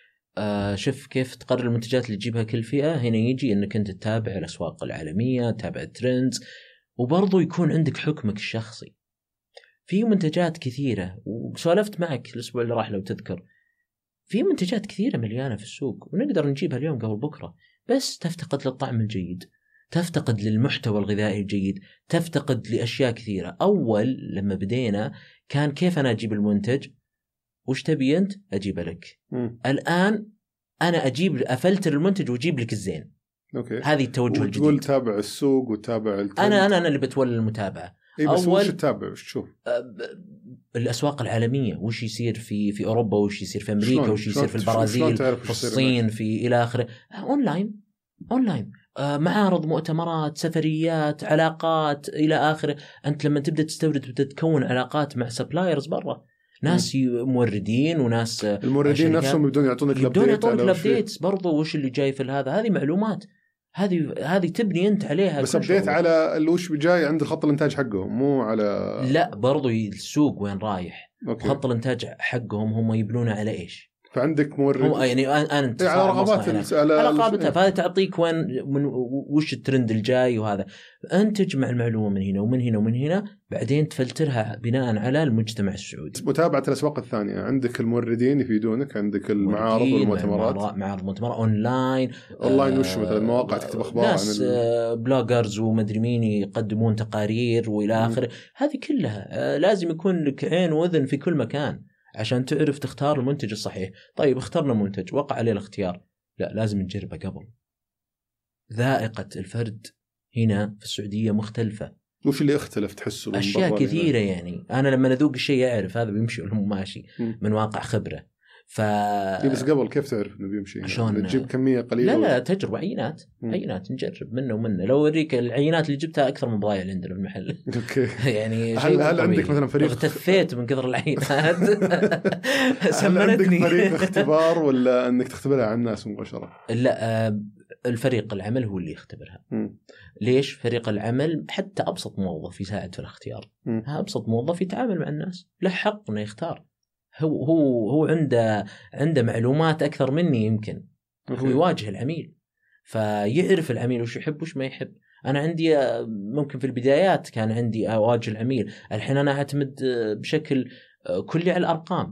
آه شوف كيف تقرر المنتجات اللي تجيبها كل فئة. هنا يجي إنك أنت تتابع الأسواق العالمية، تتابع الترندز، وبرضو يكون عندك حكمك الشخصي. في منتجات كثيرة، وسولفت معك الأسبوع اللي راح لو تذكر، في منتجات كثيرة مليانة في السوق ونقدر نجيبها اليوم قبل بكرة، بس تفتقد للطعم الجيد، تفتقد للمحتوى الغذائي الجيد، تفتقد لأشياء كثيرة. أول لما بدينا كان كيف أنا أجيب المنتج، وش تبي أنت أجيب لك. م. الآن أنا أجيب أفلتر المنتج وأجيب لك الزين. أوكي. هذه التوجه الجديد. وتقول تابع السوق وتابع الترند. أنا أنا أنا اللي بتولى المتابعة. إيه بس وش تتابع وش تشوف؟ الأسواق العالمية، وش يصير في في أوروبا، وش يصير في أمريكا، وش يصير في البرازيل، في الصين، في إلى آخره. أونلاين أونلاين آه معارض، مؤتمرات، سفريات، علاقات إلى آخره. أنت لما تبدأ تستورد تبدأ تكون علاقات مع سبلايرز برا، ناس موردين وناس الموردين نفسهم بدون يعطونك بدون يعطونك الابديتس برضو، وش اللي جاي في هذا. هذه معلومات، هذه هذه تبني أنت عليها. بس أبديت على الوش بجاي عند خط الإنتاج حقهم، مو على لا برضو السوق وين رايح. أوكي. خط الإنتاج حقهم هم يبنون على إيش. فعندك مورد هو يعني أنت إيه على رغبات على رغبتها، فهذا تعطيك وين من وش الترند الجاي، وهذا أنت تجمع المعلومة من هنا ومن هنا ومن هنا، بعدين تفلترها بناء على المجتمع السعودي. متابعة الأسواق الثانية، عندك الموردين يفيدونك، عندك المعارض والمؤتمرات. معارض مؤتمرات أونلاين. أونلاين وش مثلا مواقع تكتب أخبار ناس عن ال... بلوجرز ومدري مين يقدمون تقارير وإلى آخره. هذه كلها لازم يكون لك عين وأذن في كل مكان عشان تعرف تختار المنتج الصحيح. طيب اخترنا منتج وقع عليه الاختيار، لا لازم نجربه قبل. ذائقة الفرد هنا في السعودية مختلفة. وش اللي اختلف تحسه؟ أشياء كثيرة هنا. يعني أنا لما أذوق الشيء أعرف هذا بيمشي ولا مو ماشي من واقع خبرة. ف بس قبل كيف تعرف إنه بيمشي؟ يعني تجيب كمية قليلة؟ لا لا تجربة، عينات عينات نجرب منه ومنه. لو أوريك العينات اللي جبتها أكثر من ضايع عندنا في المحل. أوكي. يعني هل, هل عندك مثلا فريق اختفيت من كثر العينات هل عندك فريق اختبار ولا أنك تختبرها عن الناس مباشرة؟ لا الفريق العمل هو اللي يختبرها. م. ليش؟ فريق العمل حتى أبسط موظف يساعد في الاختيار. م. أبسط موظف يتعامل مع الناس، له حق إنه يختار. هو هو هو عنده عنده معلومات أكثر مني يمكن. هو يواجه العميل فيعرف العميل وش يحب وش ما يحب. أنا عندي ممكن في البدايات كان عندي أواجه العميل، الحين أنا أعتمد بشكل كلي على الأرقام.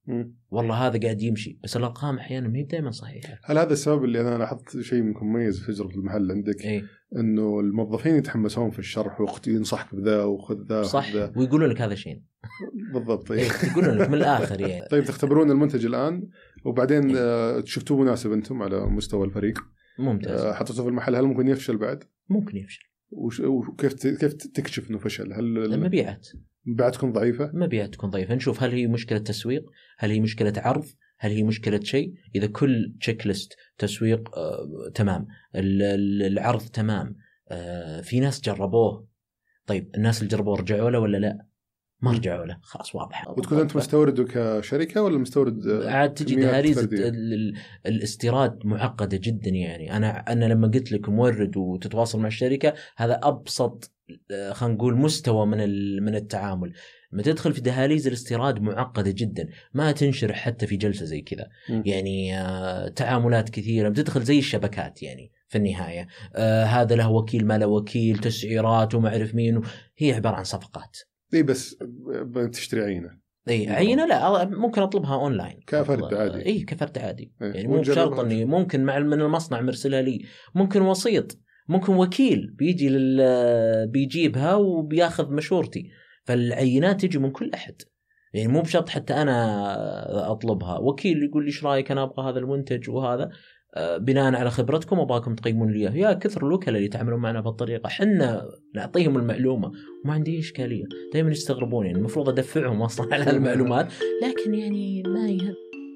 مم. والله هذا قاعد يمشي، بس الأرقام أحيانا ما هي دائما صحيحة. هل هذا السبب اللي أنا لاحظت شيء منكم مميز في هجرة المحل عندك؟ إيه؟ إنه الموظفين يتحمسون في الشرح وقت ينصحك بذا وخذ ذا صح، ذا. ويقولون لك هذا شيء بالضبط. إيه؟ يقولون لك من الآخر يعني. طيب تختبرون المنتج الآن وبعدين إيه؟ شفتوه مناسب أنتم على مستوى الفريق، ممتاز، حطيته في المحل، هل ممكن يفشل بعد؟ ممكن يفشل. وكيف كيف تكشف انه فشل؟ هل المبيعات المبيعات تكون ضعيفه؟ المبيعات تكون ضعيفه. نشوف هل هي مشكله تسويق، هل هي مشكله عرض، هل هي مشكله شيء. اذا كل تشيك ليست تسويق آه، تمام، العرض تمام، آه، في ناس جربوه، طيب الناس اللي جربوه رجعوا له ولا لا؟ ما رجعوا له، خلاص واضح. وتكون انت مستورد كشركه ولا مستورد؟ عاد تجي دهاليز الاستيراد معقده جدا يعني. انا انا لما قلت لك مورد وتتواصل مع الشركه، هذا ابسط خلينا نقول مستوى من من التعامل. ما تدخل في دهاليز الاستيراد معقده جدا، ما تنشرح حتى في جلسه زي كذا يعني. آه تعاملات كثيره، بتدخل زي الشبكات يعني في النهايه. آه هذا له وكيل ما له وكيل، تسعيرات وما اعرف مين، هي عباره عن صفقات. اي بس بتشتري عينه. اي عينه لا، ممكن اطلبها اونلاين كفرد عادي. اي كفرد عادي إيه؟ يعني مو بشرط اني ممكن مع من المصنع مرسلها لي، ممكن وسيط، ممكن وكيل بيجي لل بيجيبها وبياخذ مشورتي. فالعينات تجي من كل احد يعني، مو بشرط حتى انا اطلبها. وكيل يقول لي ايش رايك انا ابغى هذا المنتج وهذا، بناء على خبرتكم ابغاكم تقيمون لي. يا كثر الوكلاء اللي يتعاملون معنا بهالطريقه، حنا نعطيهم المعلومه وما عندي اشكاليه. دائما يستغربون يعني، المفروض ادفعهم اصلا على المعلومات، لكن يعني ما يهم.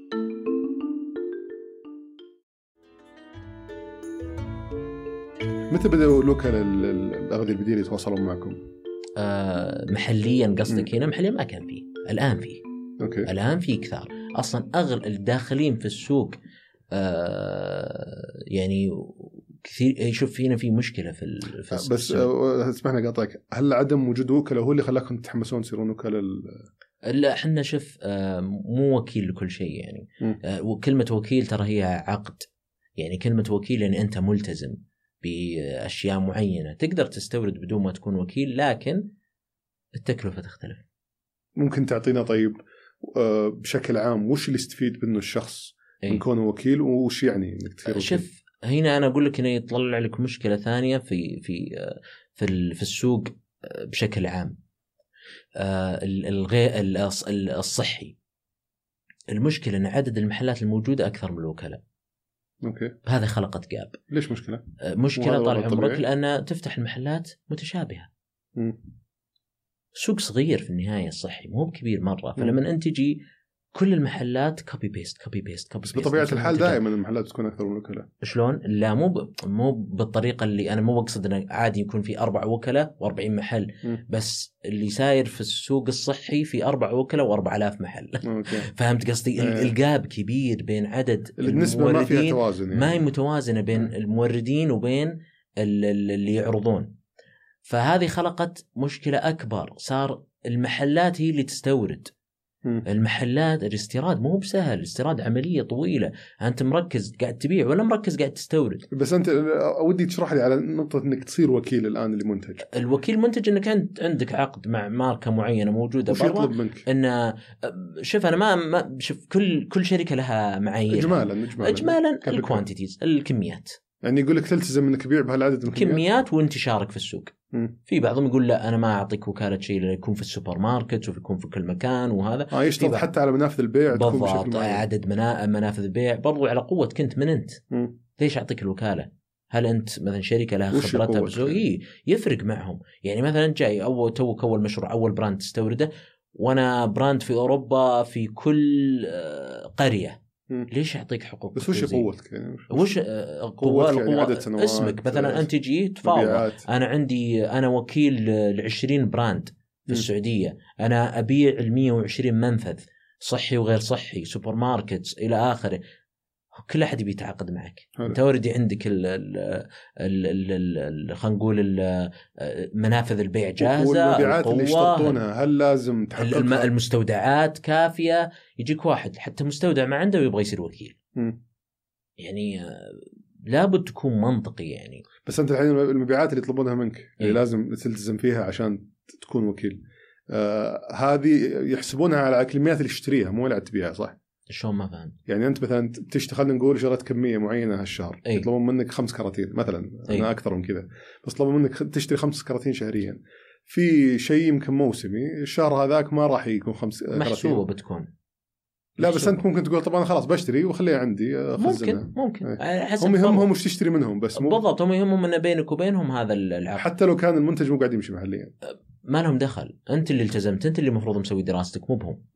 متى بدأوا الوكلاء الأغذية البديلة يتواصلون معكم؟ آه محليا قصدك؟ هنا محليا ما كان فيه، الآن فيه. أوكي. الآن فيه كثار أصلا. أغل الداخلين في السوق آه يعني كثير. يشوف هنا في مشكلة في, في بس آه اسمحنا قاطعك، هل عدم وجود وكلاء هو اللي خلاكم تتحمسون تصيرون وكلاء؟ لا احنا شوف آه مو وكيل لكل شيء يعني. آه وكلمة وكيل ترى هي عقد يعني. كلمة وكيل يعني أنت ملتزم بأشياء معينة. تقدر تستورد بدون ما تكون وكيل، لكن التكلفة تختلف. ممكن تعطينا طيب بشكل عام وش اللي يستفيد منه الشخص أي. من كونه وكيل، وش يعني انك تصير وكيل؟ شوف هنا انا اقول لك انه يطلع لك مشكلة ثانية في في في في السوق بشكل عام. الغير الصحي، المشكلة ان عدد المحلات الموجودة اكثر من الوكلاء. اوكي. هذا خلقت جاب. ليش مشكلة؟ مشكلة طال عمرك لأن تفتح المحلات متشابهة. م. سوق صغير في النهاية الصحي، مو كبير مرة. فلما أنت تجي كل المحلات كوبي بيست كوبي بيست كوبي بيست. بطبيعة الحال دائما المحلات تكون أكثر من وكلاء. شلون؟ لا مو ب... مو بالطريقة اللي أنا مو بقصد إنه عادي يكون في أربع وكلاء وأربعين محل. م. بس اللي ساير في السوق الصحي في أربع وكلاء وأربع آلاف محل. فهمت قصدي؟ اه. الجاب كبير بين عدد النسبة ما فيها توازن يعني. ما هي متوازنة بين اه. الموردين وبين اللي يعرضون. فهذه خلقت مشكلة أكبر. صار المحلات هي اللي تستورد. المحلات الاستيراد مو بسهل، الاستيراد عملية طويلة. أنت مركز قاعد تبيع ولا مركز قاعد تستورد؟ بس أنت ودي تشرح لي على نقطة أنك تصير وكيل الآن لمنتج. الوكيل منتج أنك أنت عندك عقد مع ماركة معينة موجودة برا. وش يطلب منك؟ إن شوف أنا ما, ما شوف كل كل شركة لها معايير. إجمالا إجمالا, إجمالا الكوانتيتيز، الكميات. يعني يقول لك تلتزم انك تبيع بهالعدد من الكميات كميات وانتشارك في السوق. م. في بعضهم يقول لا انا ما اعطيك وكاله شيء اللي يكون في السوبر ماركت ويكون في كل مكان وهذا. اه يشتغل حتى على منافذ البيع تكون بشكل معين. عدد منا... منافذ البيع برضو على قوه كنت من انت. م. ليش اعطيك الوكاله؟ هل انت مثلا شركه لها خبرتها بالسوق؟ يعني؟ يفرق معهم يعني. مثلا جاي اول توك اول مشروع اول براند تستورده، وانا براند في اوروبا في كل قريه. م. ليش أعطيك حقوق؟ بس وش قوتك يعني؟ وش قوة القوة؟ يعني اسمك مثلا أنت تجي تفاوض. أنا عندي أنا وكيل لعشرين براند في م. السعودية. أنا أبيع المية وعشرين منفذ صحي وغير صحي، سوبر ماركت إلى آخره. كل أحد بيتعاقد معك. أنت وردي عندك ال ال ال ال خلينا نقول منافذ البيع جاهزة. والمبيعات اللي يشترطونها هل لازم تحققها؟ المستودعات كافية. يجيك واحد حتى مستودع ما عنده ويبغى يصير وكيل. م. يعني لابد تكون منطقي يعني. بس أنت الحين المبيعات اللي يطلبونها منك اللي إيه؟ لازم تلتزم فيها عشان تكون وكيل. آه هذه يحسبونها على الكميات اللي تشتريها مو على تبيعها صح؟ شلون ما فهمت؟ يعني انت مثلا تشتري خلينا نقول شريت كميه معينه هالشهر أي. يطلبون منك خمس كراتين مثلا أي. انا اكثر من كذا بس طلبوا منك تشتري خمس كراتين شهريا في شيء يمكن موسمي الشهر هذاك ما راح يكون خمس كراتين محسوبه بتكون لا بس انت ممكن تقول طبعا خلاص بشتري وخليها عندي خزنها. ممكن ممكن هم يهمهم وش تشتري منهم بس مو بالضبط هم يهمهم ان بينك وبينهم هذا العقد حتى لو كان المنتج مو قاعد يمشي محليا ما لهم دخل انت اللي التزمت انت اللي المفروض مسوي دراستك مو بهم.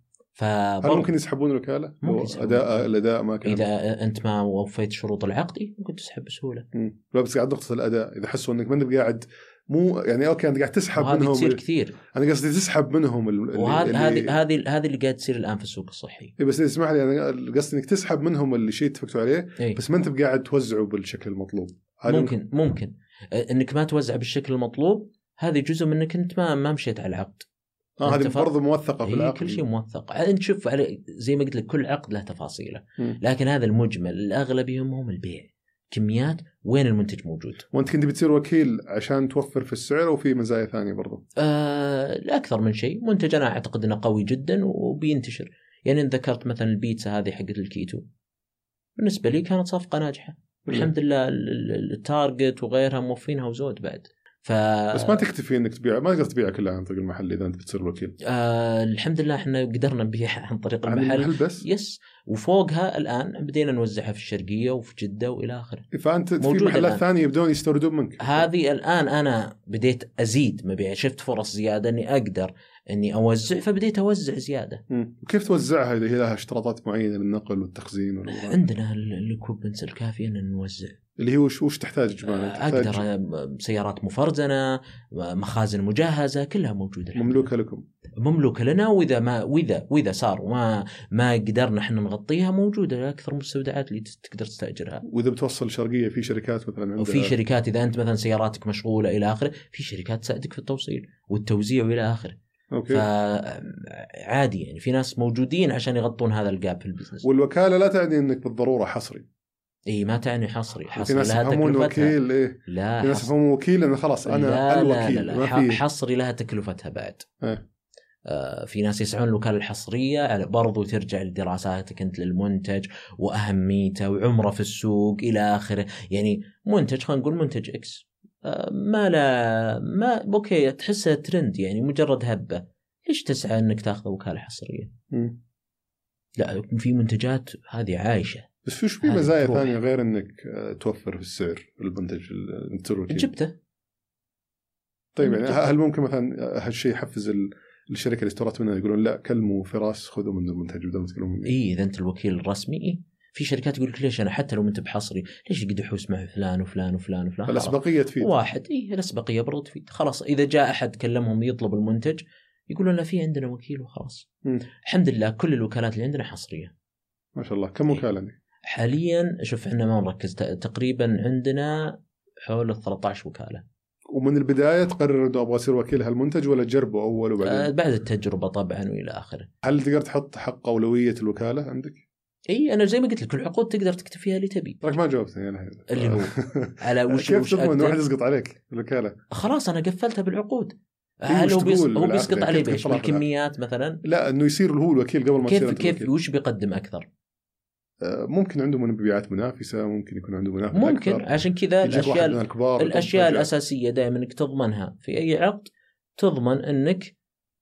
هل ممكن يسحبون الوكاله لو اداء الاداء ما كان اذا انت ما وفيت شروط العقد ممكن تسحب بسهوله. لا بس قاعد نقطه الاداء اذا حسوا انك ما انت قاعد مو يعني اوكي انت قاعد تسحب منهم تصير كثير انا قصدي تسحب منهم وهذه هذه هذه هذه اللي قاعد تصير الان في السوق الصحي. بس اسمح لي انا قصدي انك تسحب منهم اللي شيء اتفقتوا عليه إيه؟ بس ما انت قاعد توزعه بالشكل المطلوب. ممكن ممكن انك ما توزع بالشكل المطلوب هذه جزء منك انت ما ما مشيت على العقد. اه هذه برضه موثقه في العقد. كل شيء موثق انت شوف زي ما قلت لك كل عقد له تفاصيله لكن هذا المجمل الاغلب يهمهم البيع كميات وين المنتج موجود. وانت كنت بتصير وكيل عشان توفر في السعر وفي مزايا ثانيه برضه آه لاكثر من شيء. منتج انا اعتقد انه قوي جدا وبينتشر يعني ذكرت مثلا البيتزا هذه حقت الكيتو بالنسبه لي كانت صفقه ناجحه والحمد لله التارجت وغيرها موفينها وزود بعد. ف... بس ما تكتفي انك تبيع ما تقدر تبيعها كلها عن طريق المحل اذا انت بتصير وكيل. آه الحمد لله احنا قدرنا نبيعها عن طريق المحل, المحل بس يس وفوقها الان بدينا نوزعها في الشرقيه وفي جده والى اخره. فانت في محلات ثانيه يبدون يستوردون منك. هذه الان انا بديت ازيد مبيع شفت فرص زياده اني اقدر اني اوزع فبديت اوزع زياده. مم. وكيف توزعها اذا هي لها اشتراطات معينه للنقل والتخزين والوضع. عندنا الاكوبمنتس الكافيه ان نوزع اللي هو وش تحتاج جماعة تحتاج اقدر سيارات مفرزنه مخازن مجهزه كلها موجوده مملوكه لكم مملوكه لنا واذا ما واذا واذا صار وما ما قدرنا احنا نغطيها موجوده اكثر المستودعات اللي تقدر تستاجرها. واذا بتوصل شرقيه في شركات مثلا عندها وفي شركات اذا انت مثلا سياراتك مشغوله الى اخره في شركات تساعدك في التوصيل والتوزيع والى اخره. أوكي. فعادي يعني في ناس موجودين عشان يغطون هذا الجاب في البزنس. والوكاله لا تعني انك بالضروره حصري. اي ما تعني حصري حصري لها تكلفتها. وكيل إيه؟ لا في ناس يفهمون وكيل انه خلاص انا لا الوكيل. لا لا لا. ما حصري لها تكلفتها بعد. إيه؟ آه في ناس يسعون الوكاله الحصريه على برضو ترجع لدراساتك انت للمنتج واهميته وعمره في السوق الى اخره. يعني منتج خلينا نقول منتج اكس آه ما لا ما اوكي تحسها ترند يعني مجرد هبه ليش تسعى انك تاخذ وكاله حصريه؟ م. لا في منتجات هذه عايشه. بس فيش في مزايا ثانيه غير انك توفر في السعر المنتج التروكي جبته. طيب يعني هل ممكن مثلا هالشيء يحفز الشركه اللي اشترت منها يقولون لا كلموا فراس خذوا من المنتج بدل ما تكلموا مني؟ اي اذا انت الوكيل الرسمي إيه؟ في شركات يقول لك ليش انا حتى لو انت بحصري ليش يقدحوا مع فلان وفلان وفلان وفلان. الاسبقيه تفيد واحد اي الاسبقيه برضو تفيد. خلاص اذا جاء احد كلمهم يطلب المنتج يقولون لا في عندنا وكيل وخلاص. م. الحمد لله كل الوكالات اللي عندنا حصريه ما شاء الله. كم وكاله عندك حاليا؟ شوف احنا ما نركز تقريبا عندنا حول ثلاثة عشر وكاله. ومن البدايه تقرر انه ابغى اصير وكيل هالمنتج ولا تجربه اول وبعدين؟ آه بعد التجربه طبعا والى اخره. هل تقدر تحط حق اولويه الوكاله عندك؟ اي انا زي ما قلت لك العقود تقدر تكتب فيها اللي تبي. تراك ما جاوبتني انا اللي هو على وش كيف تضمن انه واحد يسقط عليك الوكاله؟ خلاص انا قفلتها بالعقود. هل هو بيس... هو بيسقط عليه بيش بالكميات مثلا؟ لا انه يصير هو الوكيل قبل ما يصير كيف كيف وش بيقدم اكثر؟ ممكن عنده مبيعات منافسه ممكن يكون عنده منافسه ممكن أكثر. عشان كذا الاشياء الاشياء الاساسيه دائما انك تضمنها في اي عقد. تضمن انك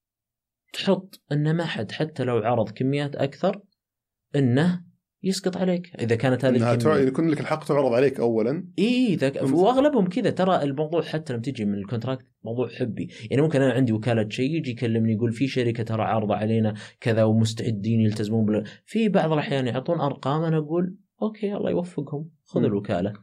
تحط ان ما حد حتى لو عرض كميات اكثر انه يسقط عليك اذا كانت هذه الكميه تع... يكون لك الحق تعرض عليك اولا. اي ذاك واغلبهم كذا ترى الموضوع حتى لما تجي من الكونتراكت موضوع حبي. يعني ممكن انا عندي وكاله شيء يجي يكلمني يقول في شركه ترى عارضه علينا كذا ومستعدين يلتزمون بل... في بعض الاحيان يعطون ارقام انا اقول اوكي الله يوفقهم خذ الوكاله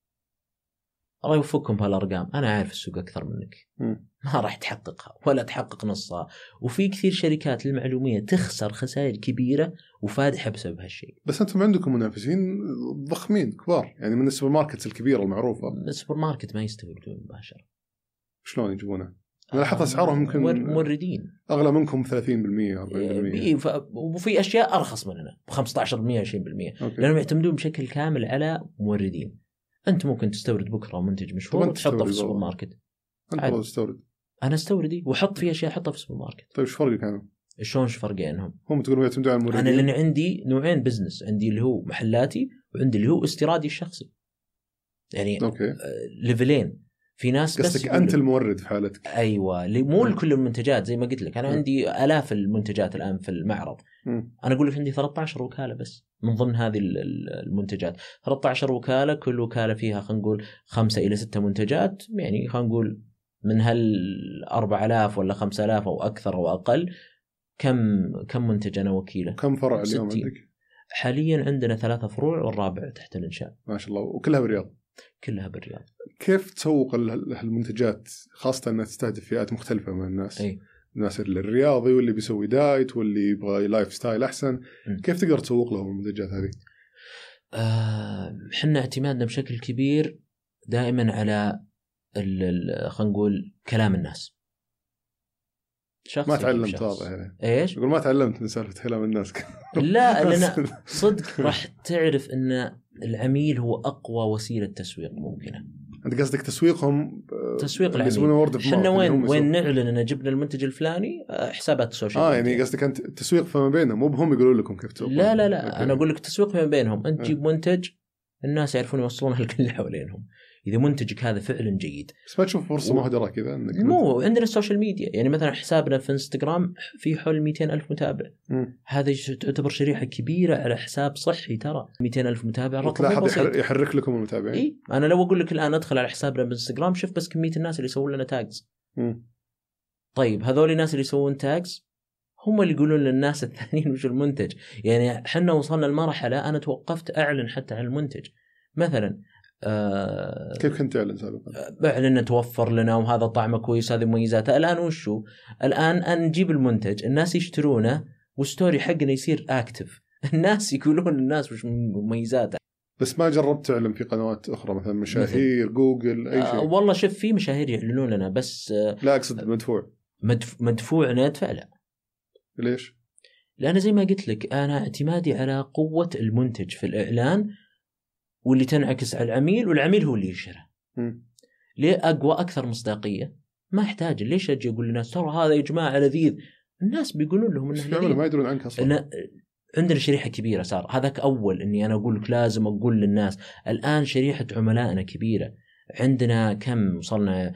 الله يوفقكم بهالارقام انا عارف السوق اكثر منك م. ما راح تحققها ولا تحقق نصها. وفي كثير شركات للمعلوميه تخسر خسائر كبيره وفادحه بسبب هالشيء. بس انتم عندكم منافسين ضخمين كبار يعني من السوبر ماركت الكبيره المعروفه. السوبر ماركت ما يستوردون مباشره. شلون يجيبونه؟ انا لاحظت اسعارهم يمكن موردين اغلى منكم ثلاثين بالمئة أربعين بالمئة ف... وفي اشياء ارخص مننا ب خمسة عشر بالمئة عشرين بالمئة لانهم يعتمدون بشكل كامل على موردين. انت ممكن تستورد بكره منتج مشهور وتحطه في السوبر ماركت. انت والله تستورد انا استوردي واحط فيها اشياء احطها في السوبر ماركت. طيب ايش فرق كانوا؟ شلون ايش فرقينهم؟ هم تقولوا يعتمدون على الموردين. انا لان عندي نوعين بزنس، عندي اللي هو محلاتي وعندي اللي هو استيرادي الشخصي. يعني اوكي ليفلين. في ناس بس قصدك انت المورد في حالتك. ايوه مو لكل المنتجات زي ما قلت لك. انا م. عندي الاف المنتجات الان في المعرض. م. انا اقول لك عندي ثلاثة عشر وكاله بس من ضمن هذه المنتجات. ثلاثة عشر وكاله، كل وكاله فيها خلينا نقول خمسة الى ستة منتجات. يعني خلينا نقول من هال أربعة آلاف ولا خمسة آلاف او اكثر او اقل كم كم منتج انا وكيله. كم فرع اليوم عندك؟ حاليا عندنا ثلاثة فروع والرابع تحت الانشاء. ما شاء الله. وكلها بالرياض؟ كلها بالرياض. كيف تسوق هالمنتجات خاصة أنها تستهدف فئات مختلفة من الناس؟ أي. الناس اللي الرياضي واللي بيسوي دايت واللي يبغى لايف ستايل أحسن. م. كيف تقدر تسوق لهم المنتجات هذه؟ آه حنا اعتمادنا بشكل كبير دائما على خلينا نقول كلام الناس. ما تعلمت واضح يعني. ايش؟ يقول ما تعلمت من سالفة كلام الناس. لا لأن صدق راح تعرف ان العميل هو اقوى وسيله تسويق ممكنه. انت قصدك تسويقهم؟ تسويق العميل. احنا وين وين نعلن ان جبنا المنتج الفلاني؟ حسابات السوشيال اه يعني قصدك انت تسويق فيما بينهم مو بهم يقولوا لكم كيف تسوقون؟ لا لا لا أوكي. انا اقول لك تسويق فيما بينهم. انت تجيب منتج الناس يعرفون يوصلونها لكل اللي حوالينهم. إذا منتجك هذا فعلا جيد بس ما تشوف فرصة و... مهدرة كذا؟ مو عندنا السوشيال ميديا. يعني مثلا حسابنا في انستغرام في حول مئتين ألف متابع. م. هذا تعتبر شريحة كبيرة على حساب صحي. ترى مئتين ألف متابع رقم بسيط. يحرك لكم المتابعين. إيه؟ أنا لو أقول لك الآن أدخل على حسابنا بالانستغرام شوف بس كمية الناس اللي يسوون لنا تاجز. م. طيب هذول الناس اللي يسوون تاجز هم اللي يقولون للناس الثانيين وش المنتج. يعني حنا وصلنا لمرحلة أنا توقفت أعلن حتى عن المنتج. مثلا آه كيف كنت تعلن سابقا؟ أعلن توفر لنا وهذا طعمه كويس هذه مميزاته. الآن وشو؟ الآن أن نجيب المنتج الناس يشترونه وستوري حقنا يصير أكتف. الناس يقولون الناس وش مميزاته. بس ما جربت تعلن في قنوات أخرى مثلا مشاهير مثل جوجل أي شيء؟ آه والله شوف في مشاهير يعلنون لنا بس آه لا أقصد مدفوع. مدف مدفوع ندفع لا. ليش؟ لأن زي ما قلت لك أنا اعتمادي على قوة المنتج في الإعلان واللي تنعكس على العميل والعميل هو اللي يشتري. ليه أقوى أكثر مصداقية؟ ما أحتاج. ليش أجي أقول للناس ترى هذا يا جماعة لذيذ؟ الناس بيقولون لهم إنه لذيذ. ما يدرون عنك أصلا. عندنا شريحة كبيرة صار. هذاك أول إني أنا أقول لك لازم أقول للناس. الآن شريحة عملائنا كبيرة. عندنا كم وصلنا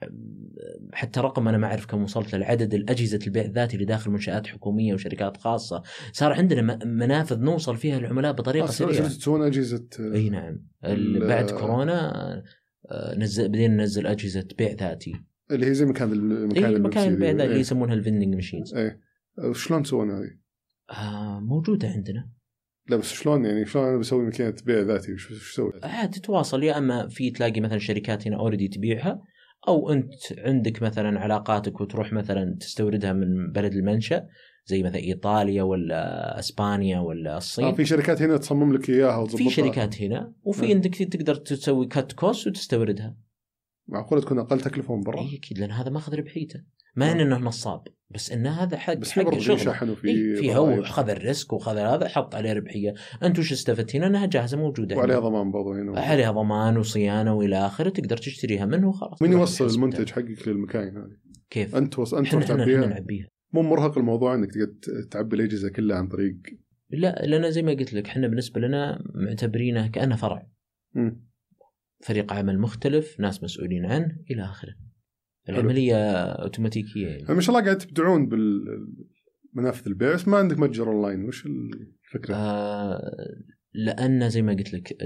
حتى رقم أنا ما أعرف كم وصلت للعدد الأجهزة البيع الذاتي اللي داخل منشآت حكومية وشركات خاصة. صار عندنا منافذ نوصل فيها العملاء بطريقة سريعة. تسوون أجهزة؟ أي نعم. بعد كورونا نزل بدينا ننزل أجهزة بيع ذاتي اللي هي زي مكان المكان إيه مكان البيع ذاتي اللي يسمونها الفندنج ماشينز. إيه وشلون تسوون هذه؟ آه موجودة عندنا. لا بس شلون يعني شلون أنا بسوي ماكينة بيع ذاتي وش وش سوي؟ عاد تتواصل يا أما في تلاقي مثلا شركات هنا أوريدي تبيعها أو أنت عندك مثلا علاقاتك وتروح مثلا تستوردها من بلد المنشأ زي مثلا إيطاليا ولا أسبانيا ولا الصين. آه في شركات هنا تصمم لك إياها وتضبطها. في شركات هنا وفي عندك تقدر تسوي كات كوست وتستوردها. معقولة تكون أقل تكلفة من برا؟ إيه أكيد لأن هذا ماخذ ربحيته. ما إن إنه نصاب بس إن هذا حق بس حق شغل. في إيه في هو خذ الريسك وخذ هذا حط عليه ربحية. أنت وش استفدت هنا؟ أنها جاهزة موجودة. وعليها ضمان برضو هنا. عليها ضمان وصيانة وإلى آخره تقدر تشتريها منه وخلاص. من يوصل المنتج حقك للمكاين هذه؟ كيف؟ أنت وص... أنت تعبيها. نعبيها. مو مرهق الموضوع إنك تقدر تعبي الأجهزة كلها عن طريق؟ لا لأن زي ما قلت لك إحنا بالنسبة لنا معتبرينه كأنه فرع. م. فريق عمل مختلف ناس مسؤولين عنه إلى آخره. العملية أوتوماتيكية يعني. ما شاء الله قاعد تبدعون بالمنافذ البيع بس ما عندك متجر أونلاين. وش الفكرة؟ آه لأن زي ما قلت لك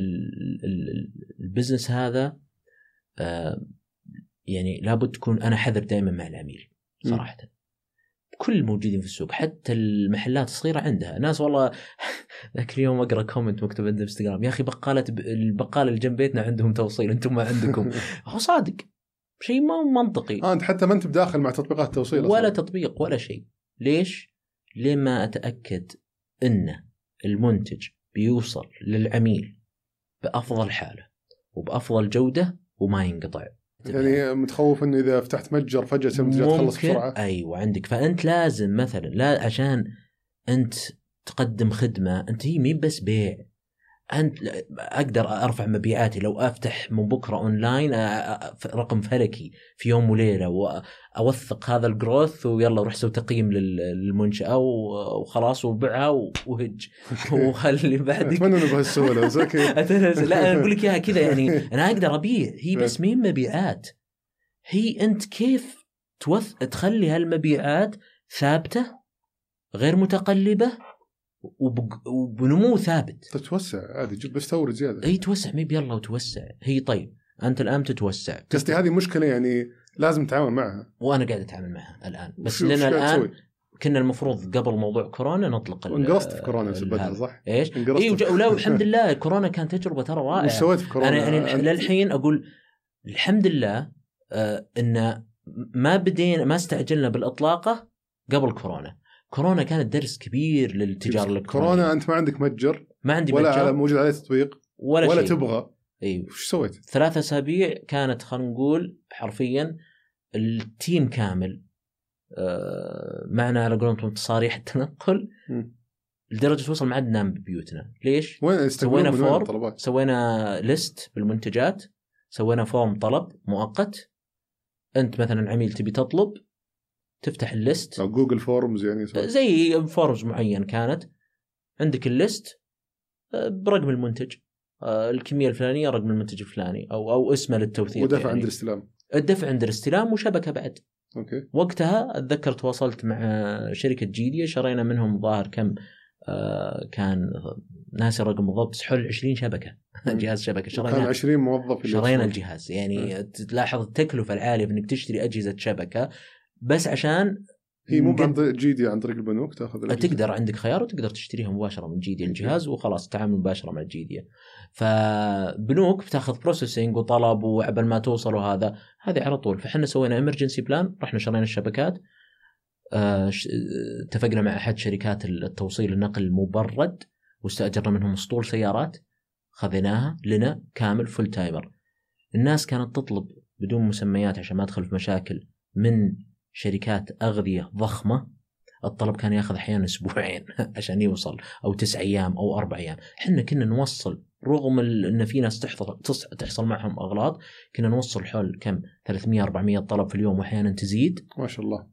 البزنس هذا آه يعني لابد تكون أنا حذر دائما مع العميل صراحة. م. كل الموجودين في السوق حتى المحلات الصغيرة عندها ناس والله. ذاك اليوم أقرأ كومنت مكتوب عندي انستغرام يا أخي بقالة البقالة اللي جنب بيتنا عندهم توصيل أنتم ما عندكم. هو صادق شيء ما منطقي. آه أنت حتى ما أنت بداخل مع تطبيقات التوصيل ولا أصلاً. تطبيق ولا شيء. ليش؟ لما أتأكد أن المنتج بيوصل للعميل بأفضل حالة وبأفضل جودة وما ينقطع. يعني متخوف انه اذا فتحت متجر فجأة المنتجات تخلص بسرعة. ايوه عندك. فانت لازم مثلا لا عشان انت تقدم خدمة انت هي مين بس بيع. أنت أقدر أرفع مبيعاتي لو أفتح من بكرة أونلاين رقم فلكي في يوم وليلة وأوثق هذا الجروث ويلا روح سوي تقييم للمنشأة وخلاص وبيعها وهج وخلي بعدك. أتمنى إنه بهالسهولة زكي. لا أنا أقول لك إياها كذا يعني أنا أقدر أبيع هي بس مين مبيعات هي أنت كيف توث تخلي هالمبيعات ثابتة غير متقلبة وب... وبنمو ثابت. تتوسع عادي جيب بس تورد زيادة. هي توسع مي بيلا وتوسع هي طيب أنت الآن تتوسع. قصدي هذه مشكلة يعني لازم نتعامل معها. وأنا قاعد أتعامل معها الآن بس لنا الآن تسوي؟ كنا المفروض قبل موضوع كورونا نطلق. انقرصت في كورونا سبتها صح؟ إيش؟ إيه وج... ولا الحمد لله كورونا كانت تجربة ترى رائعة. وش سويت في كورونا؟ أنا يعني للحين أقول الحمد لله آه إن ما بدينا ما استعجلنا بالإطلاقة قبل كورونا. كورونا كانت درس كبير للتجارة الإلكترونية. كورونا أنت ما عندك متجر ما عندي ولا متجر على موجود عليه تطبيق ولا, ولا شيء. تبغى أيوه. وش سويت؟ ثلاثة أسابيع كانت خلينا نقول حرفيا التيم كامل آه معنا على قولتهم تصاريح التنقل م. لدرجة وصل ما عاد ننام ببيوتنا. ليش؟ وين سوينا فورم سوينا ليست بالمنتجات سوينا فورم طلب مؤقت. أنت مثلا عميل تبي تطلب تفتح الليست أو جوجل فورمز يعني صح. زي فورمز معين كانت عندك الليست برقم المنتج الكمية الفلانية رقم المنتج الفلاني أو أو اسمه للتوثيق ودفع يعني. عند الاستلام الدفع عند الاستلام وشبكة بعد. أوكي. وقتها أتذكر تواصلت مع شركة جيديا شرينا منهم ظاهر كم آه كان ناسي رقم بالضبط حول عشرين شبكة جهاز شبكة شرينا كان عشرين موظف شرينا الجهاز يعني م. تلاحظ التكلفة العالية بأنك تشتري أجهزة شبكة بس عشان هي مو عند جيديا عن طريق البنوك تاخذ الأجهزة. تقدر عندك خيار وتقدر تشتريها مباشرة من جيديا الجهاز وخلاص تعامل مباشرة مع جيديا. فبنوك بتاخذ بروسيسنج وطلب وعبل ما توصل وهذا هذه على طول. فحنا سوينا إمرجنسي بلان رحنا شرينا الشبكات اه اتفقنا مع أحد شركات التوصيل النقل المبرد واستأجرنا منهم اسطول سيارات خذيناها لنا كامل فول تايمر. الناس كانت تطلب بدون مسميات عشان ما تدخل في مشاكل من شركات أغذية ضخمة. الطلب كان يأخذ أحيانا أسبوعين عشان يوصل أو تسع أيام أو أربع أيام. حنا كنا نوصل رغم أن في ناس تحصل تحصل معهم أغلاط كنا نوصل حول كم ثلاثمية أربعمية طلب في اليوم وأحيانا تزيد ما شاء الله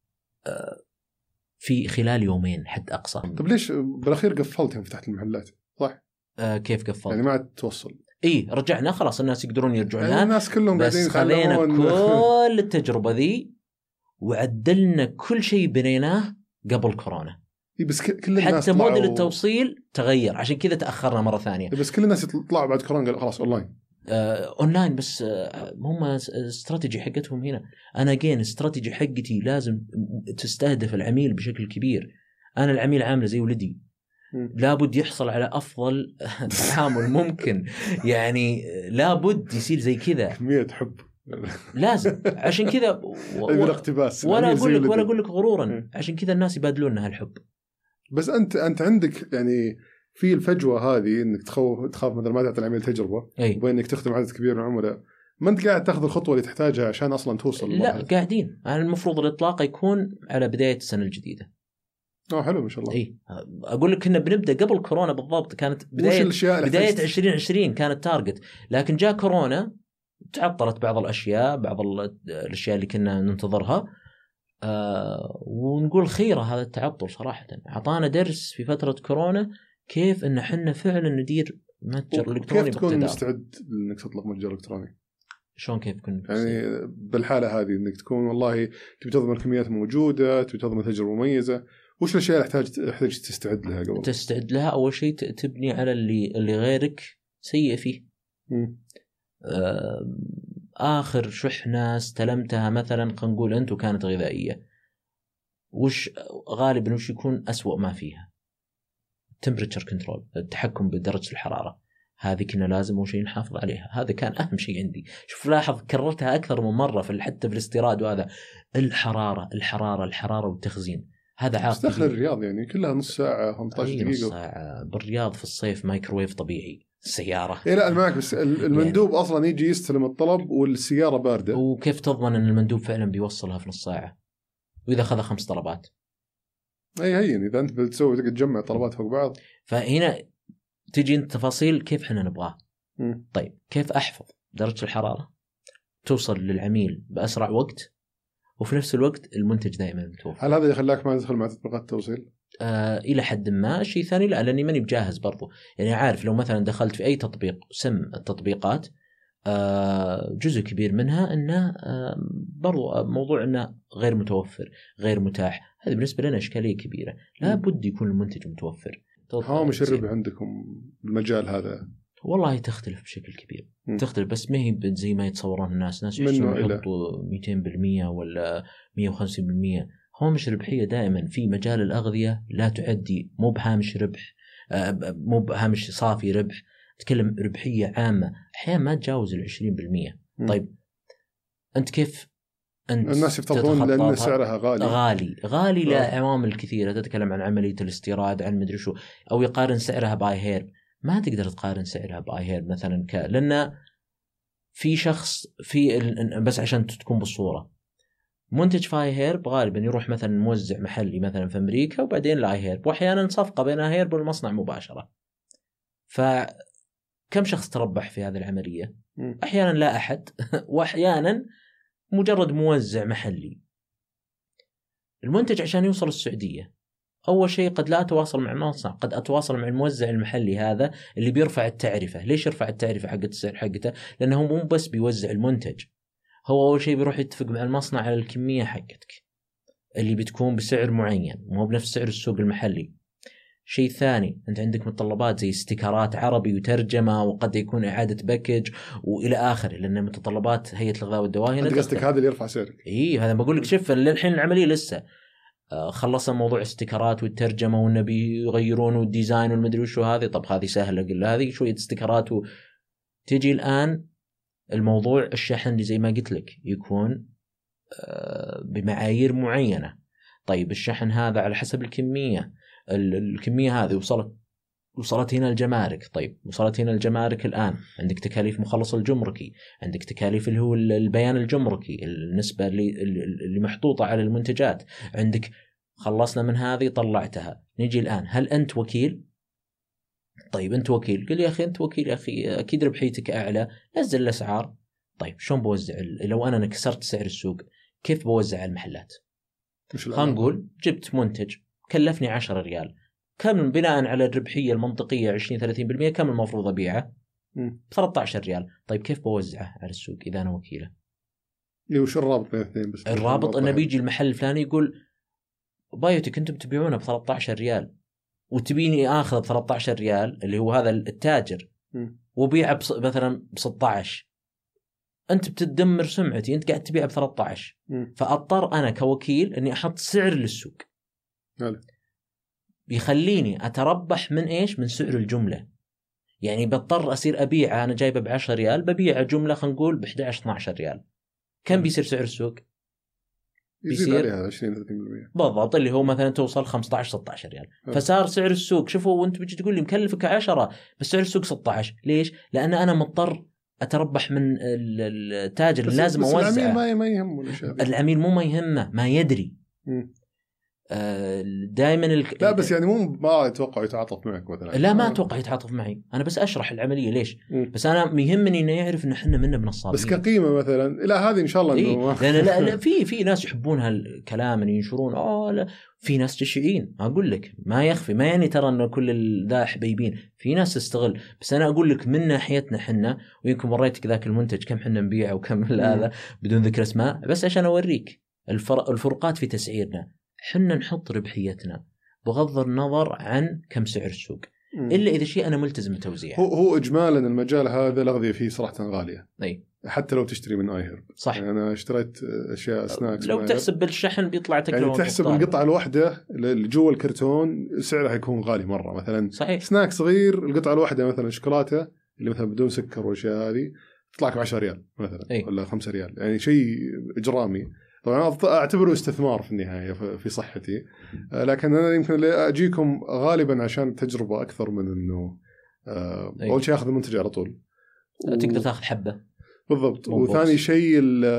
في خلال يومين حد أقصى. طب ليش بالأخير قفلتهم فتحت المحلات صح؟ آه كيف قفلت؟ يعني ما توصل. إيه رجعنا خلاص الناس يقدرون يرجعون يعني الناس كلهم بس خلينا كل التجربة ذي وعدلنا كل شيء بنيناه قبل كورونا. بس كل الناس حتى موديل التوصيل تغير عشان كذا تأخرنا مرة ثانية. بس كل الناس يطلعوا بعد كورونا قالوا خلاص أونلاين. آه أونلاين بس آه هم استراتيجي حقتهم هنا. أنا جين استراتيجي حقتي لازم تستهدف العميل بشكل كبير. أنا العميل عامله زي ولدي لابد يحصل على أفضل تعامل ممكن يعني لابد يصير زي كذا كمية حب لازم عشان كذا و... الاقتباس ولا أقول لك ولا أقول لك غرورا عشان كذا الناس يبادلونها الحب. بس أنت أنت عندك يعني في الفجوة هذه إنك تخوف تخاف مثلا ما تعطي العميل تجربة وبين إنك تخدم عدد كبير من العملاء ما أنت قاعد تأخذ الخطوة اللي تحتاجها عشان أصلا توصل. لا قاعدين يعني المفروض الإطلاق يكون على بداية السنة الجديدة. اه حلو ما شاء الله. اي اقول لك كنا بنبدا قبل كورونا بالضبط كانت بدايه بدايه عشرين عشرين كانت تارجت لكن جاء كورونا تعطلت بعض الاشياء بعض الاشياء اللي كنا ننتظرها آه ونقول خيره هذا التعطل صراحه اعطانا درس في فتره كورونا كيف ان احنا فعلا ندير متجر الكتروني. كيف تكون مستعد انك تطلق متجر الكتروني؟ شلون كيف كنت يعني بالحاله هذه انك تكون والله تبي تضمن كميات موجوده تبي تضمن تجربه مميزه وش الاشياء اللي تحتاج تحتاج تستعد لها قبل؟ تستعد لها اول شيء تبني على اللي اللي غيرك سيء فيه. آه اخر شحنه استلمتها مثلا خلينا نقول انت وكانت غذائيه وش غالبا وش يكون أسوأ ما فيها؟ temperature control التحكم بدرجه الحراره. هذه كنا لازم أول شيء نحافظ عليها. هذا كان أهم شيء عندي. شوف لاحظ كررتها أكثر من مرة في حتى في الاستيراد وهذا الحرارة الحرارة الحرارة والتخزين. هذا عاقل. تدخل الرياض يعني كلها نص ساعة خمسة عشر دقيقة. نص ساعة بالرياض في الصيف مايكروويف طبيعي السيارة. إيه لا معك بس المندوب يعني أصلا يجي يستلم الطلب والسيارة باردة. وكيف تضمن أن المندوب فعلا بيوصلها في نص ساعة وإذا أخذ خمس طلبات؟ أي هي إذا أنت بتسوي تجمع طلبات فوق بعض. فهنا تيجي انت تفاصيل كيف احنا نبغاه. مم. طيب كيف احفظ درجه الحراره توصل للعميل باسرع وقت وفي نفس الوقت المنتج دائما متوفر. هل هذا يخليك ما تدخل مع تطبيقات التوصيل؟ آه الى حد ما. شيء ثاني لا، لاني ماني بجاهز برضو. يعني عارف لو مثلا دخلت في اي تطبيق سم التطبيقات آه جزء كبير منها انه آه برضو موضوع انه غير متوفر غير متاح. هذا بالنسبه لنا اشكاليه كبيره. لا بد يكون المنتج متوفر. هامش الربح عندكم بالمجال هذا والله تختلف بشكل كبير. م. تختلف بس ما هي زي ما يتصورون الناس. ناس يحسون يحطوا مئتين بالمئة ولا مئة وخمسين بالمئة. هامش الربحية دائما في مجال الأغذية لا تعدي، مو بهامش ربح، مو بهامش صافي ربح، تكلم ربحية عامة أحيانا ما تجاوز العشرين بالمئة. طيب أنت كيف أنت الناس يفترضون لأن سعرها غالي غالي غالي لعوامل كثيرة. تتكلم عن عملية الاستيراد، عن مدري شو، أو يقارن سعرها باي هيرب. ما تقدر تقارن سعرها باي هيرب مثلا ك... لأن في شخص في ال... بس عشان تكون بالصورة، منتج فاي هيرب غالبا يروح مثلا موزع محلي مثلا في أمريكا وبعدين لاي هيرب، وأحيانا صفقة بين هيرب والمصنع مباشرة. فكم شخص تربح في هذه العملية؟ أحيانا لا أحد وأحيانا مجرد موزع محلي. المنتج عشان يوصل السعودية أول شيء قد لا أتواصل مع المصنع، قد أتواصل مع الموزع المحلي هذا اللي بيرفع التعرفة. ليش يرفع التعرفة حقة السعر حقته؟ لأنه مو بس بيوزع المنتج، هو أول شيء بيروح يتفق مع المصنع على الكمية حقتك اللي بتكون بسعر معين مو بنفس سعر السوق المحلي. شيء ثاني، أنت عندك متطلبات زي استيكرات عربي وترجمة وقد يكون إعادة باكج وإلى آخره، لأن متطلبات هيئة الغذاء والدواء هنا. أنت قصدك هذا اللي يرفع سعرك؟ إيه هذا بقول لك. شوف للحين العملية لسه خلصنا موضوع استيكرات والترجمة والنبي يغيرون والديزاين والمدري وشو هذه. طب هذه سهلة، قل هذه شوية استيكرات و... تيجي الآن الموضوع الشحن اللي زي ما قلت لك يكون بمعايير معينة. طيب الشحن هذا على حسب الكمية، الكمية هذه وصلت وصلت هنا الجمارك. طيب وصلت هنا الجمارك، الآن عندك تكاليف مخلص الجمركي، عندك تكاليف اللي هو البيان الجمركي، النسبة اللي, اللي محطوطة على المنتجات عندك. خلصنا من هذه طلعتها. نيجي الآن، هل أنت وكيل؟ طيب أنت وكيل، قل يا أخي أنت وكيل يا أخي أكيد ربحيتك أعلى، نزل الأسعار. طيب شلون بوزع؟ لو أنا كسرت سعر السوق كيف بوزع على المحلات؟ خلينا نقول جبت منتج كلفني عشرة ريال، كم بناء على الربحية المنطقية عشرين ثلاثين بالمئة كم المفروض أبيعه؟ ثلاثة عشر ريال. طيب كيف بوزعه على السوق إذا أنا وكيله؟ وش الرابط بين الاثنين؟ بس الرابط أنه بيجي المحل الفلاني يقول بايوتك أنتم تبيعونه بثلاثة عشر ريال وتبيني آخذ بثلاثة عشر ريال اللي هو هذا التاجر وبيعه بص... مثلا بستة عشر. أنت بتدمر سمعتي، أنت قاعد تبيع بثلاثة عشر. فأضطر أنا كوكيل أني أحط سعر للسوق هل. بيخليني أتربح من إيش؟ من سعر الجملة. يعني بضطر أصير أبيعه أنا جايبه بعشرة ريال ببيعه جملة خلينا نقول بإحدى عشر اثنا عشر ريال. كم بيصير سعر السوق؟ يزيد عليها عشرين ثلاثين بالمئة بالضبط، اللي هو مثلا توصل خمسة عشر ستة عشر ريال. هل. فصار سعر السوق شوفوا وانت بتجي تقول لي مكلفك عشرة بس سعر السوق ستة عشر. ليش؟ لأن أنا مضطر أتربح من التاجر. بس لازم بس أوزع. العميل ما يهمه العميل مو ما يهمه، ما يدري. م. دائما الك... لا بس يعني مو ما اتوقع يتعاطف معك مثلا. لا ما اتوقع يتعاطف معي، انا بس اشرح العمليه ليش. م. بس انا يهمني انه يعرف ان احنا منه بنصابين. بس كقيمه مثلا لا هذه ان شاء الله انه إيه؟ لا لا لا في في ناس يحبون هالكلام اللي ينشرون. اه لا في ناس تشعين، اقول لك ما يخفي، ما يعني ترى انه كل ذا حبيبين، في ناس تستغل. بس انا اقول لك من ناحيتنا احنا، ويمكن وريتك ذاك المنتج كم حنا نبيعه وكم هذا بدون ذكر اسماء، بس عشان اوريك الفرق الفروقات في تسعيرنا. حنا نحط ربحيتنا بغض النظر عن كم سعر السوق، إلا إذا شيء أنا ملتزم بتوزيعه. هو هو إجمالا المجال هذا الأغذية فيه صراحة غالية. أي. حتى لو تشتري من آي هيرب. صح. يعني أنا اشتريت أشياء سناكس. لو تحسب بالشحن بيطلع تكلفة. يعني تحسب القطعة الواحدة اللي جوا الكرتون سعرها يكون غالي مرة. مثلا صحيح. سناك صغير القطعة الواحدة مثلا شوكولاتة اللي مثلا بدون سكر والأشياء هذه تطلعك بعشرة ريال مثلا. أي. ولا خمسة ريال، يعني شيء إجرامي. طبعا أعتبره استثمار في النهاية في صحتي، لكن أنا يمكن أجيكم غالبا عشان تجربة أكثر من إنه أول شيء أخذ المنتج على طول و... تقدر تأخذ حبة بالضبط. وثاني شيء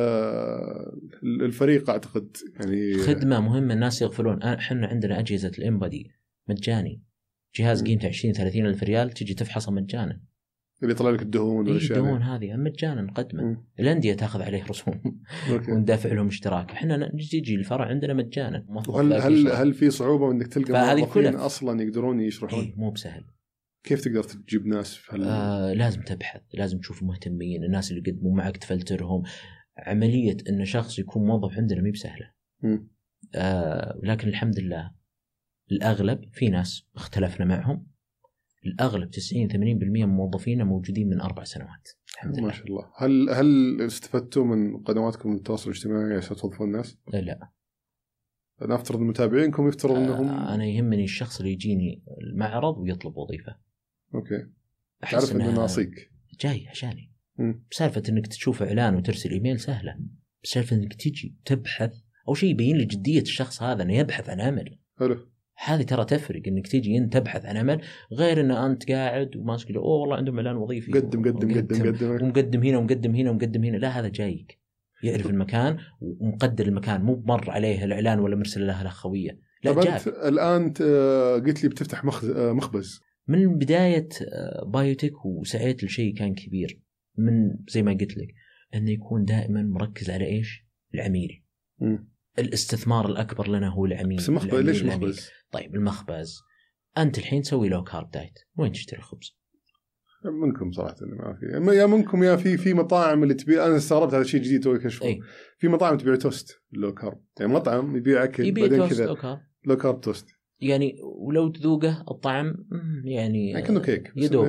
الفريق أعتقد يعني خدمة مهمة الناس يغفلون. إحنا عندنا أجهزة الإمبادي مجاني جهاز مم. قيمته عشرين ثلاثين ألف ريال تجي تفحصه مجانا. اللي يطلع لك الدهون والاشياء إيه الدهون هذه مجانا نقدمه. الأندية تأخذ عليه رسوم وندافع لهم اشتراك، احنا نجي الفرع عندنا مجانا. وهل هل هل في صعوبة انك تلقى موظفين اصلا يقدرون يشرحون؟ إيه مو بسهل. كيف تقدر تجيب ناس في هال... آه لازم تبحث، لازم تشوف مهتمين، الناس اللي يقدموا معك تفلترهم. عملية ان شخص يكون موظف عندنا مي بسهلة. آه لكن الحمد لله الأغلب، في ناس اختلفنا معهم، الأغلب تسعين ثمانين بالمئة من موظفينا موجودين من أربع سنوات الحمد لله. ما شاء الله. هل هل استفدتوا من قنواتكم التواصل الاجتماعي عشان توظفون الناس؟ لا. أنا أفترض متابعينكم يفترض أنهم آه أنا يهمني الشخص اللي يجيني المعرض ويطلب وظيفة. أوكي. تعرف أنه ناصيك جاي عشاني. بسالفة أنك تشوف إعلان وترسل إيميل سهلة، بسالفة أنك تجي تبحث أو شيء يبين لي جدية الشخص هذا أنه يبحث عن عمل. حلو. هذه ترى تفرق، انك تيجي انت تبحث عن عمل غير ان انت قاعد وماسك له اوه والله عندهم اعلان وظيفي قدم قدم قدم قدم ومقدم هنا ومقدم هنا ومقدم هنا. لا، هذا جايك يعرف المكان ومقدر المكان، مو بمر عليه الاعلان ولا مرسل له الاخويه. لا جاك. الان قلت لي بتفتح مخبز من بدايه بايوتك، وسعيت لشيء كان كبير من زي ما قلت لك انه يكون دائما مركز على ايش؟ العميل. م. الاستثمار الأكبر لنا هو العميل. بس المخبز ليش مخبز؟ طيب المخبز أنت الحين تسوي لو كارب دايت، وين تشتري خبز؟ منكم صراحة ما في، يا منكم يا في في مطاعم اللي تبيع. أنا استغربت هذا الشيء جديد توي كشفه. أي. في مطاعم تبيع توست لو كارب، يعني مطعم يبيع أكل يبيع بعدين كذا لو كارب. لو كارب توست يعني يعني تذوقه الطعم يعني يعني كأنه كيك يدوب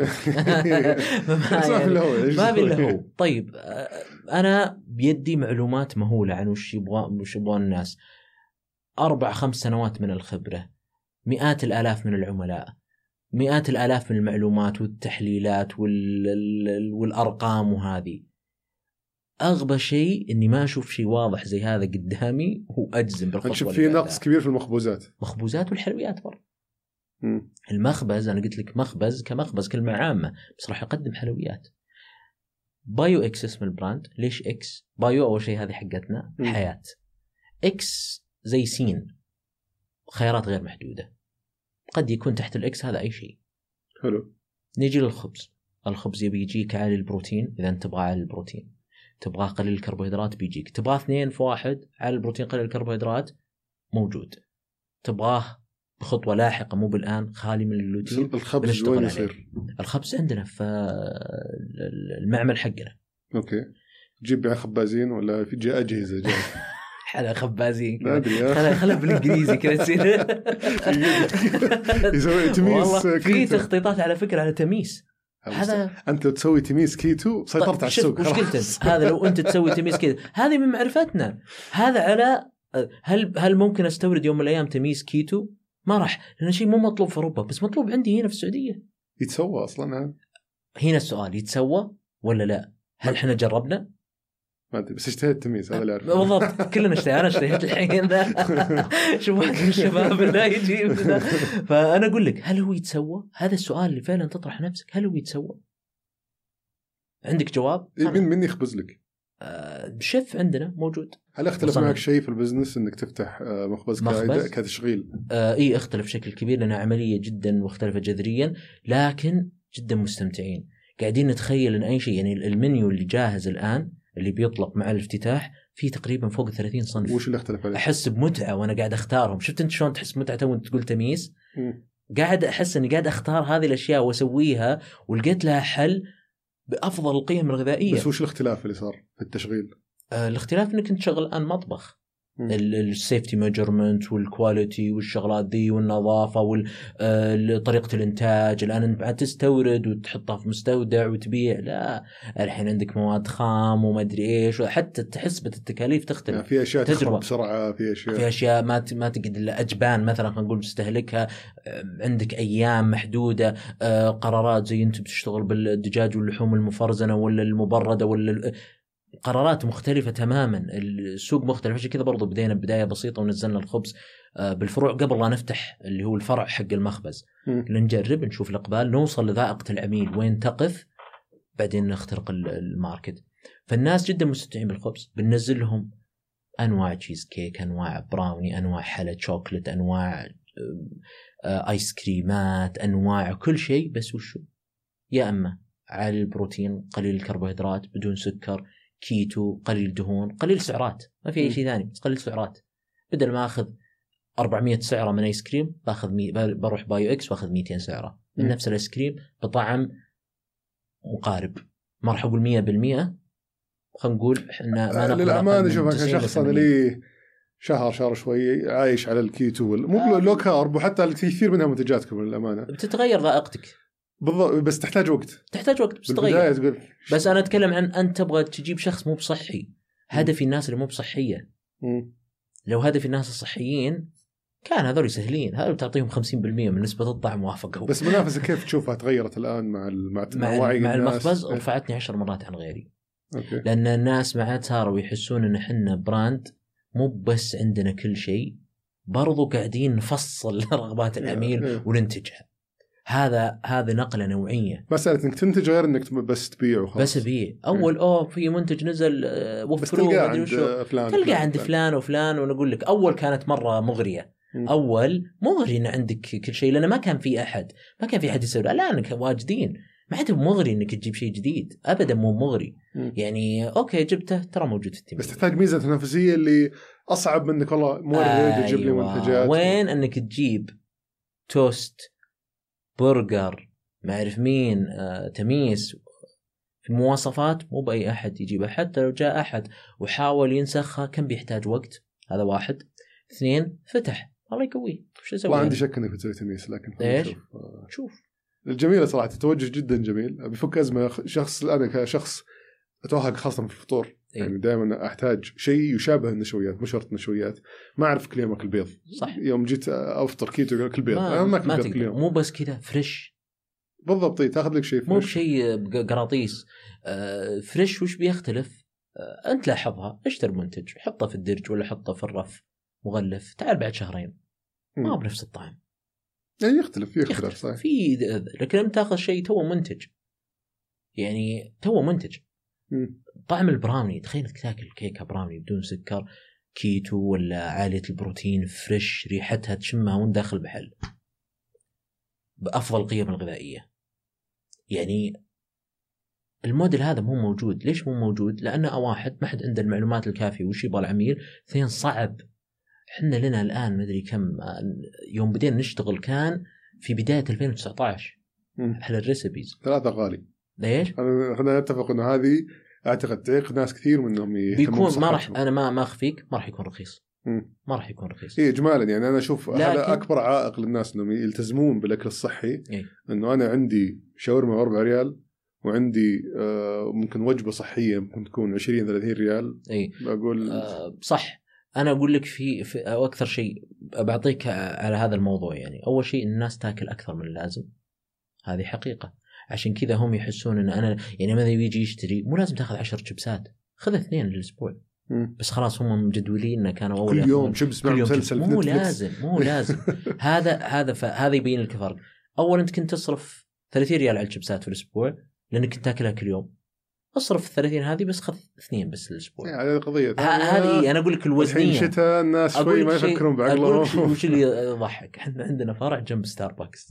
ما بله هو. طيب أنا بيدي معلومات مهولة عن وش يبغى وش يبغون الناس. أربع خمس سنوات من الخبرة، مئات الآلاف من العملاء، مئات الآلاف من المعلومات والتحليلات وال... والأرقام. وهذه أغبى شيء إني ما أشوف شيء واضح زي هذا قدامي وأجزم بالخطوة. نشوف في نقص كبير في المخبوزات مخبوزات والحلويات برضه. المخبز أنا قلت لك مخبز كمخبز كلمة عامة، بس راح يقدم حلويات. بايو إكس اسم البراند. ليش إكس؟ بايو أول شيء هذه حقتنا م. حياة. إكس زي سين، خيارات غير محدودة، قد يكون تحت الإكس هذا أي شيء. حلو. نيجي للخبز. الخبز يبي يجيك عالي البروتين، إذا أنت تبغى عالي البروتين. تبغى قليل الكربوهيدرات بيجيك. تبغى اثنين في واحد، عالي البروتين قليل الكربوهيدرات، موجود. تبغاه بخطوة لاحقة مو بالآن، خالي من اللوتين. الخبز وين يصير؟ الخبز عندنا في المعمل حقنا. أوكي. تجيب يعني خبازين ولا في جي أجهزة جاي؟ حلا خبازين ما أدري. خلا خلا بالإنجليزي كذا تصير. يسوي تميس. في تخطيطات على فكرة على تميس. هذا أنت تسوي تميس كيتو سيطرت على السوق. وش قلت أنت؟ هذا لو أنت تسوي تميس كذا، هذه من معرفتنا. هذا على هل هل ممكن أستورد يوم من الأيام تميس كيتو؟ ما راح، لأن شيء مو مطلوب في أوروبا بس مطلوب عندي هنا في السعودية. يتسوى أصلاً. هنا السؤال، يتسوى ولا لا؟ هل إحنا جربنا؟ ما أدري، بس اشتهيت تميس هذا اللي أعرفه. بالضبط، كلنا اشتهي. أنا اشتهيت الحين. شو واحد من الشباب لا يجيب. فأنا أقول لك، هل هو يتسوى؟ هذا السؤال اللي فعلا تطرح نفسك، هل هو يتسوى؟ عندك جواب؟ من من يخبز لك؟ آه شيف عندنا موجود. هل اختلف معك شيء في البزنس انك تفتح مخبز, مخبز؟ كتشغيل؟ آه اي اختلف بشكل كبير، لأنها عملية جدا مختلفة جذريا، لكن جدا مستمتعين. قاعدين نتخيل ان اي شيء، يعني المنيو اللي جاهز الان اللي بيطلق مع الافتتاح فيه تقريبا فوق ثلاثين صنف. وش اللي اختلف عليه؟ احس بمتعة وانا قاعد اختارهم. شفت انت شلون تحس متعة وانت تقول تمييز؟ قاعد احس اني قاعد اختار هذه الاشياء واسويها، ولقيت لها حل بأفضل القيم الغذائية. بس وش الاختلاف اللي صار في التشغيل؟ آه الاختلاف انك انت شغل الان مطبخ، السيفتي ميجرمنت والكواليتي والشغلات دي والنظافة وطريقة الانتاج. الان انت بعد تستورد وتحطها في مستودع وتبيع، لا الحين عندك مواد خام وما ادري ايش، وحتى تحسبة التكاليف تختلف. يعني في اشياء تخرب بسرعة، في اشياء في اشياء ما ما تقدر الا اجبان مثلا خلينا نقول تستهلكها، عندك ايام محدودة. قرارات زي انت بتشتغل بالدجاج واللحوم المفرزنة ولا المبردة ولا قرارات مختلفة تماما، السوق مختلف. عشان كذا برضو بدينا بداية بسيطة ونزلنا الخبز بالفروع قبل لا نفتح اللي هو الفرع حق المخبز، لنجرب نشوف الإقبال، نوصل لذائقة العميل وين تقف، بعدين نخترق الماركت. فالناس جدا مستمتعين بالخبز. بننزل لهم أنواع تشيز كيك، أنواع براوني، أنواع حلا شوكولات، أنواع آه ايس كريمات انواع كل شيء، بس وشو يا اما عالي البروتين قليل الكربوهيدرات بدون سكر، كيتو قليل دهون قليل سعرات، ما في اي شيء ثاني بس قليل سعرات. بدل ما اخذ أربعمية سعره من ايس كريم باخذ مي... بروح بايو اكس واخذ مئتين سعره من نفس الايس كريم بطعم مقارب. ما راح اقول مية بالمية، خلينا نقول احنا ما نقبل. للامانه شوف كشخص انا لي شهر شهر شوي عايش على الكيتو وال... مو آه. لو كارب، وحتى كثير منها منتجاتكم للامانه بتتغير ذائقتك بالضبط، بس تحتاج وقت تحتاج وقت بس تغير. بس انا اتكلم عن انت تبغى تجيب شخص مو بصحي، هدفي الناس اللي مو بصحيه. م. لو هدفي الناس الصحيين كان هذول سهلين، هذول بتعطيهم خمسين بالمية من نسبة الطعم وافقوا. بس منافسة كيف تشوفها تغيرت الآن مع مع مع, مع, مع المخبز؟ رفعتني عشر مرات عن غيري. أوكي. لأن الناس ما عاد صاروا يحسون إن إحنا براند، مو بس عندنا كل شيء، برضو قاعدين نفصل رغبات العميل وننتجها. هذا هذا نقلة نوعية. مسألة إنك تنتج غير إنك بس تبيع وخلاص. بس أبيع أول أوه في منتج نزل وفروه تلقى عند فلان تلقى عند فلان, فلان وفلان. ونقول لك أول كانت مرة مغرية. م. أول مغري إن عندك كل شيء، لأن ما كان في أحد ما كان في أحد يسوي. الآن واجدين، ما عاد مغري إنك تجيب شيء جديد أبدا، مو مغري. م. يعني أوكي جبته ترى موجود في التيم، بس تحتاج ميزة تنافسية اللي أصعب منك والله مورد أيوة. يجيب لي منتجات. وين أنك تجيب توست برجر ما أعرف مين آه، تميس في المواصفات، مو بأي أحد يجيبها. حتى لو جاء أحد وحاول ينسخها كم بيحتاج وقت. هذا واحد. اثنين فتح الله يقويه. وش أسوي؟ ما عندي شك إنك بتسوي تميس، لكن إيش شوف, آه. شوف. الجميلة صراحة توجه جدا جميل، بيفك أزمة شخص. أنا كشخص أتوهق خاصة في الفطور. إيه؟ يعني دائما أحتاج شيء يشابه النشويات، مو شرط نشويات. ما أعرف كل يوم أكل بيض. صح. يوم جيت أفطر كيتو أكل بيض، ما, أنا ما ما أكل بيض. مو بس كذا فريش. بالضبط، تأخذ لك شيء فريش، مو بشيء قراطيس. آه فريش. وش بيختلف؟ آه أنت لاحظها، اشتر منتج حطه في الدرج ولا حطه في الرف مغلف، تعال بعد شهرين ما هو بنفس الطعم. يعني يختلف يختلف صحيح. في لكن لما تاخذ شيء تو منتج، يعني تو منتج. م. طعم البراوني، تخيل تاكل كيكه براوني بدون سكر كيتو ولا عاليه البروتين فريش، ريحتها تشمها وانت داخل محل بافضل القيم الغذائيه. يعني الموديل هذا مو موجود. ليش مو موجود؟ لانه واحد ما حد عنده المعلومات الكافيه وش يبغى العميل. اثنين صعب. احنا لنا الان ما ادري كم يوم بدينا نشتغل كان في بدايه ألفين وتسعة عشر على الريسبيز. ثلاثه غالي. ليش؟ انا نتفق انه هذه اعتقد تعيق ناس كثير منهم بيكون ما راح. انا ما ما اخفيك ما راح يكون رخيص. مم. ما راح يكون رخيص. إيه إجمالا يعني أنا أشوف لكن... هذا أكبر عائق للناس إنهم يلتزمون بالأكل الصحي. إيه؟ إنه أنا عندي شاورما أربعة ريال وعندي آه ممكن وجبة صحية ممكن تكون عشرين ثلاثين ريال. إيه؟ أقول آه صح. أنا أقول لك في, في أو أكثر شيء بعطيك على هذا الموضوع. يعني أول شيء الناس تأكل أكثر من اللازم، هذه حقيقة. عشان كذا هم يحسون إن أنا يعني ماذا يجي يشتري مو لازم تأخذ عشر شيبسات، خذ اثنين للأسبوع. مم. بس خلاص هم مجدولين إن كانوا أول كل يوم شيبس مع مسلسل. مو لازم مو لازم هذا هذا هذا يبين لك فرق. أول أنت كنت تصرف ثلاثين ريال على الشيبسات في الأسبوع لأنك كنت تأكلها كل يوم، أصرف الثلاثين هذه بس خذ اثنين بس الأسبوع. يعني هذه قضية هذه أنا أقول لك الوزنية. الحين شتاء الناس شوي ما يفكرون بعقلهم. وش اللي يضحك؟ إحنا عندنا فرع جنب ستاربكس.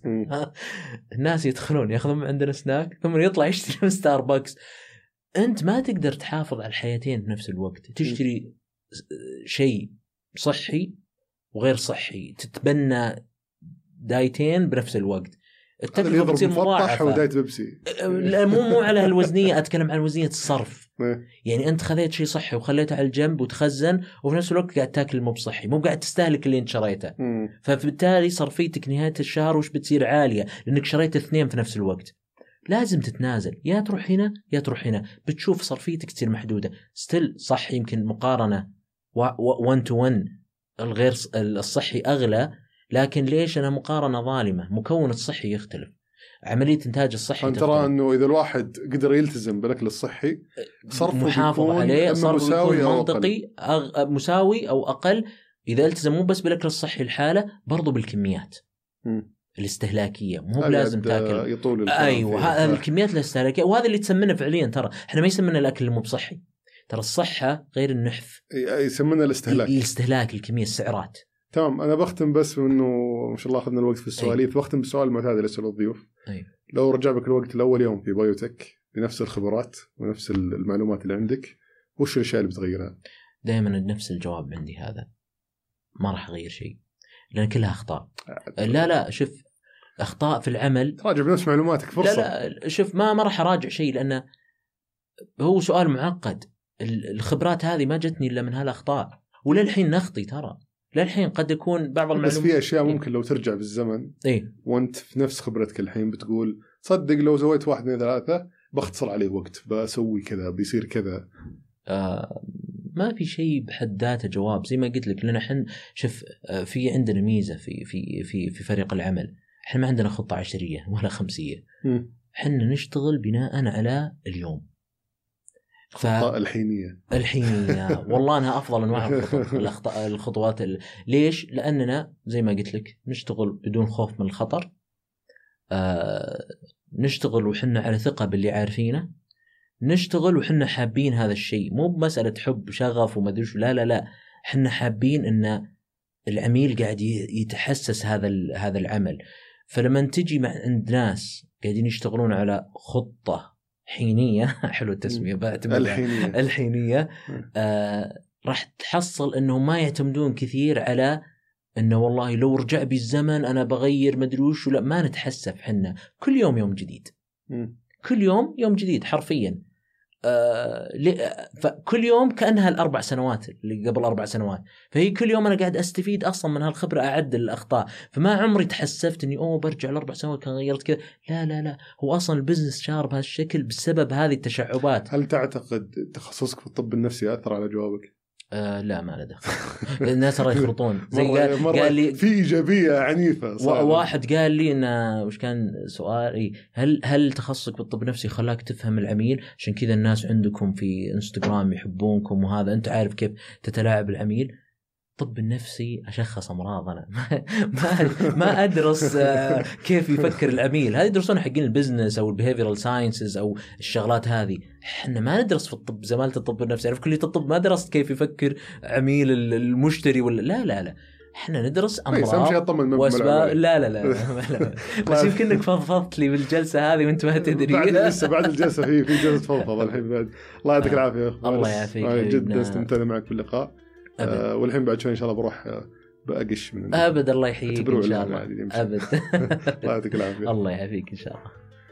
الناس يدخلون يأخذون من عندنا سناك ثم يطلع يشتري من ستاربكس. أنت ما تقدر تحافظ على الحياتين بنفس الوقت. تشتري شيء صحي وغير صحي، تتبنى دايتين بنفس الوقت، التكلفة تصير مضاعفة. ودايت بيبسي لا مو مو على هالوزنية، أتكلم عن وزنية الصرف. يعني أنت خذيت شيء صحي وخليته على الجنب وتخزن، وفي نفس الوقت قاعد تاكل مو بصحي، مو قاعد تستهلك اللي أنت شريته. فبالتالي صرفيتك نهاية الشهر وش بتصير عالية لأنك شريت اثنين في نفس الوقت. لازم تتنازل، يا تروح هنا يا تروح هنا، بتشوف صرفيتك تصير محدودة. ستيل صح يمكن مقارنة وان تو ون الغير الصحي أغلى، لكن ليش أنا مقارنة ظالمة؟ مكون الصحي يختلف، عملية إنتاج الصحي تختلف. ترى أنه إذا الواحد قدر يلتزم بالأكل الصحي صرفه محافظ عليه، صرفه مساوي أو منطقي أغ... مساوي أو أقل إذا التزم مو بس بالأكل الصحي الحالة، برضو بالكميات م. الاستهلاكية. مو لازم تاكل يطول أيوة هذه الكميات الاستهلاكية، وهذا اللي تسمنه فعليا. ترى إحنا ما يسمنا الأكل المو بصحي، ترى الصحة غير النحف، يسمنا الاستهلاك. الاستهلاك الكمية السعرات تمام. انا بختم بس انه ما شاء الله اخذنا الوقت في السواليف. أي. بختم بالسؤال المعتاد اللي يسأله الضيوف. أي. لو رجع بك الوقت لاول يوم في بايوتك بنفس الخبرات ونفس المعلومات اللي عندك، وش الاشياء اللي بتغيرها؟ دائما نفس الجواب عندي هذا، ما راح اغير شيء لان كلها اخطاء. لا لا شوف، اخطاء في العمل تراجع بنفس معلوماتك فرصه. لا لا شوف، ما ما راح اراجع شيء لانه هو سؤال معقد. الخبرات هذه ما جتني الا من هالاخطاء، وللحين نخطي ترى، للحين قد يكون بعض المعلومات. بس في اشياء ممكن لو ترجع بالزمن إيه؟ وانت في نفس خبرتك الحين بتقول صدق لو سويت واحد من ثلاثه بختصر عليه وقت، بسوي كذا، بيصير كذا. آه ما في شيء بحد ذاته جواب زي ما قلت لك، لأن حن شوف آه في عندنا ميزة في في في في فريق العمل، احنا ما عندنا خطة عشرية ولا خمسية، حنا نشتغل بناء على اليوم. الخطة الحينية الحينية والله أنها أفضل أنواع الخطوات. الخطوات ال... ليش؟ لأننا زي ما قلت لك نشتغل بدون خوف من الخطر، آه... نشتغل وحنا على ثقة باللي عارفينه، نشتغل وحنا حابين هذا الشيء، مو بمسألة حب شغف وما أدري، لا لا لا، حنا حابين أن العميل قاعد يتحسس هذا هذا العمل. فلما تجي مع عند ناس قاعدين يشتغلون على خطة حينية حلو التسمية الحينية, الحينية. آه راح تحصل أنهم ما يعتمدون كثير على أنه والله لو رجع بي الزمن أنا بغير مدري وش، لا ما نتحسف، حنا كل يوم يوم جديد، م. كل يوم يوم جديد حرفيا. آه فكل يوم كأنها الأربع سنوات اللي قبل أربع سنوات، فهي كل يوم أنا قاعد أستفيد أصلا من هالخبرة، أعدل الأخطاء. فما عمري تحسفت إني أوه برجع الأربع سنوات كان غيرت كذا، لا لا لا، هو أصلا البزنس شار بهالشكل بسبب هذه التشعبات. هل تعتقد تخصصك في الطب النفسي أثر على جوابك؟ آه لا ما له دخل. الناس ترى يخلطون زي قال, مرة قال لي في إيجابية عنيفة صعبة. واحد قال لي إنه وش كان سؤال، هل هل تخصصك بالطب النفسي خلاك تفهم العميل عشان كذا الناس عندكم في انستغرام يحبونكم وهذا أنت عارف كيف تتلاعب العميل؟ الطب النفسي أشخص أمراض أنا ما ما أدرس كيف يفكر العميل، هذه يدرسون حقين البزنس أو البيهيفيرال ساينسز أو الشغلات هذه. إحنا ما ندرس في الطب زمالة الطب النفسي، أنا في كلية الطب ما درست كيف يفكر عميل المشتري ولا لا لا لا، إحنا ندرس أمراض وأسباب. لا لا لا, لا, لا. بس يمكنك فضفضت لي بالجلسة هذه وأنت ما تدري. بعد لسه بعد الجلسة في في جلسة فضفض الحين بعد. الله يعطيك العافية. الله يعافيك. جدا استمتعنا معك باللقاء. آه والحين بعد شوي إن شاء الله بروح بأقش من أبد. الله يحييك إن شاء الله. أبد. الله يعطيك العافية. الله يعافيك إن شاء الله.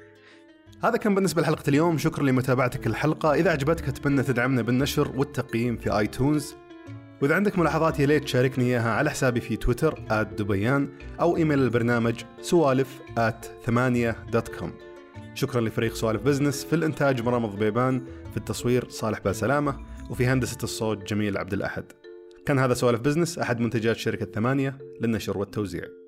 هذا كان بالنسبة لحلقة اليوم. شكرا لمتابعتك الحلقة. إذا عجبتك أتمنى تدعمنا بالنشر والتقييم في آيتونز، وإذا عندك ملاحظات يا ليت تشاركني إياها على حسابي في تويتر آت دبيان أو إيميل البرنامج سوالف آت ثمانية دوت كوم. شكرا لفريق سوالف بزنس، في الإنتاج مرام الضبيبان، في التصوير صالح باسلامة، وفي هندسة الصوت جميل عبد الأحد. كان هذا سوالف بزنس، أحد منتجات شركة ثمانية للنشر والتوزيع.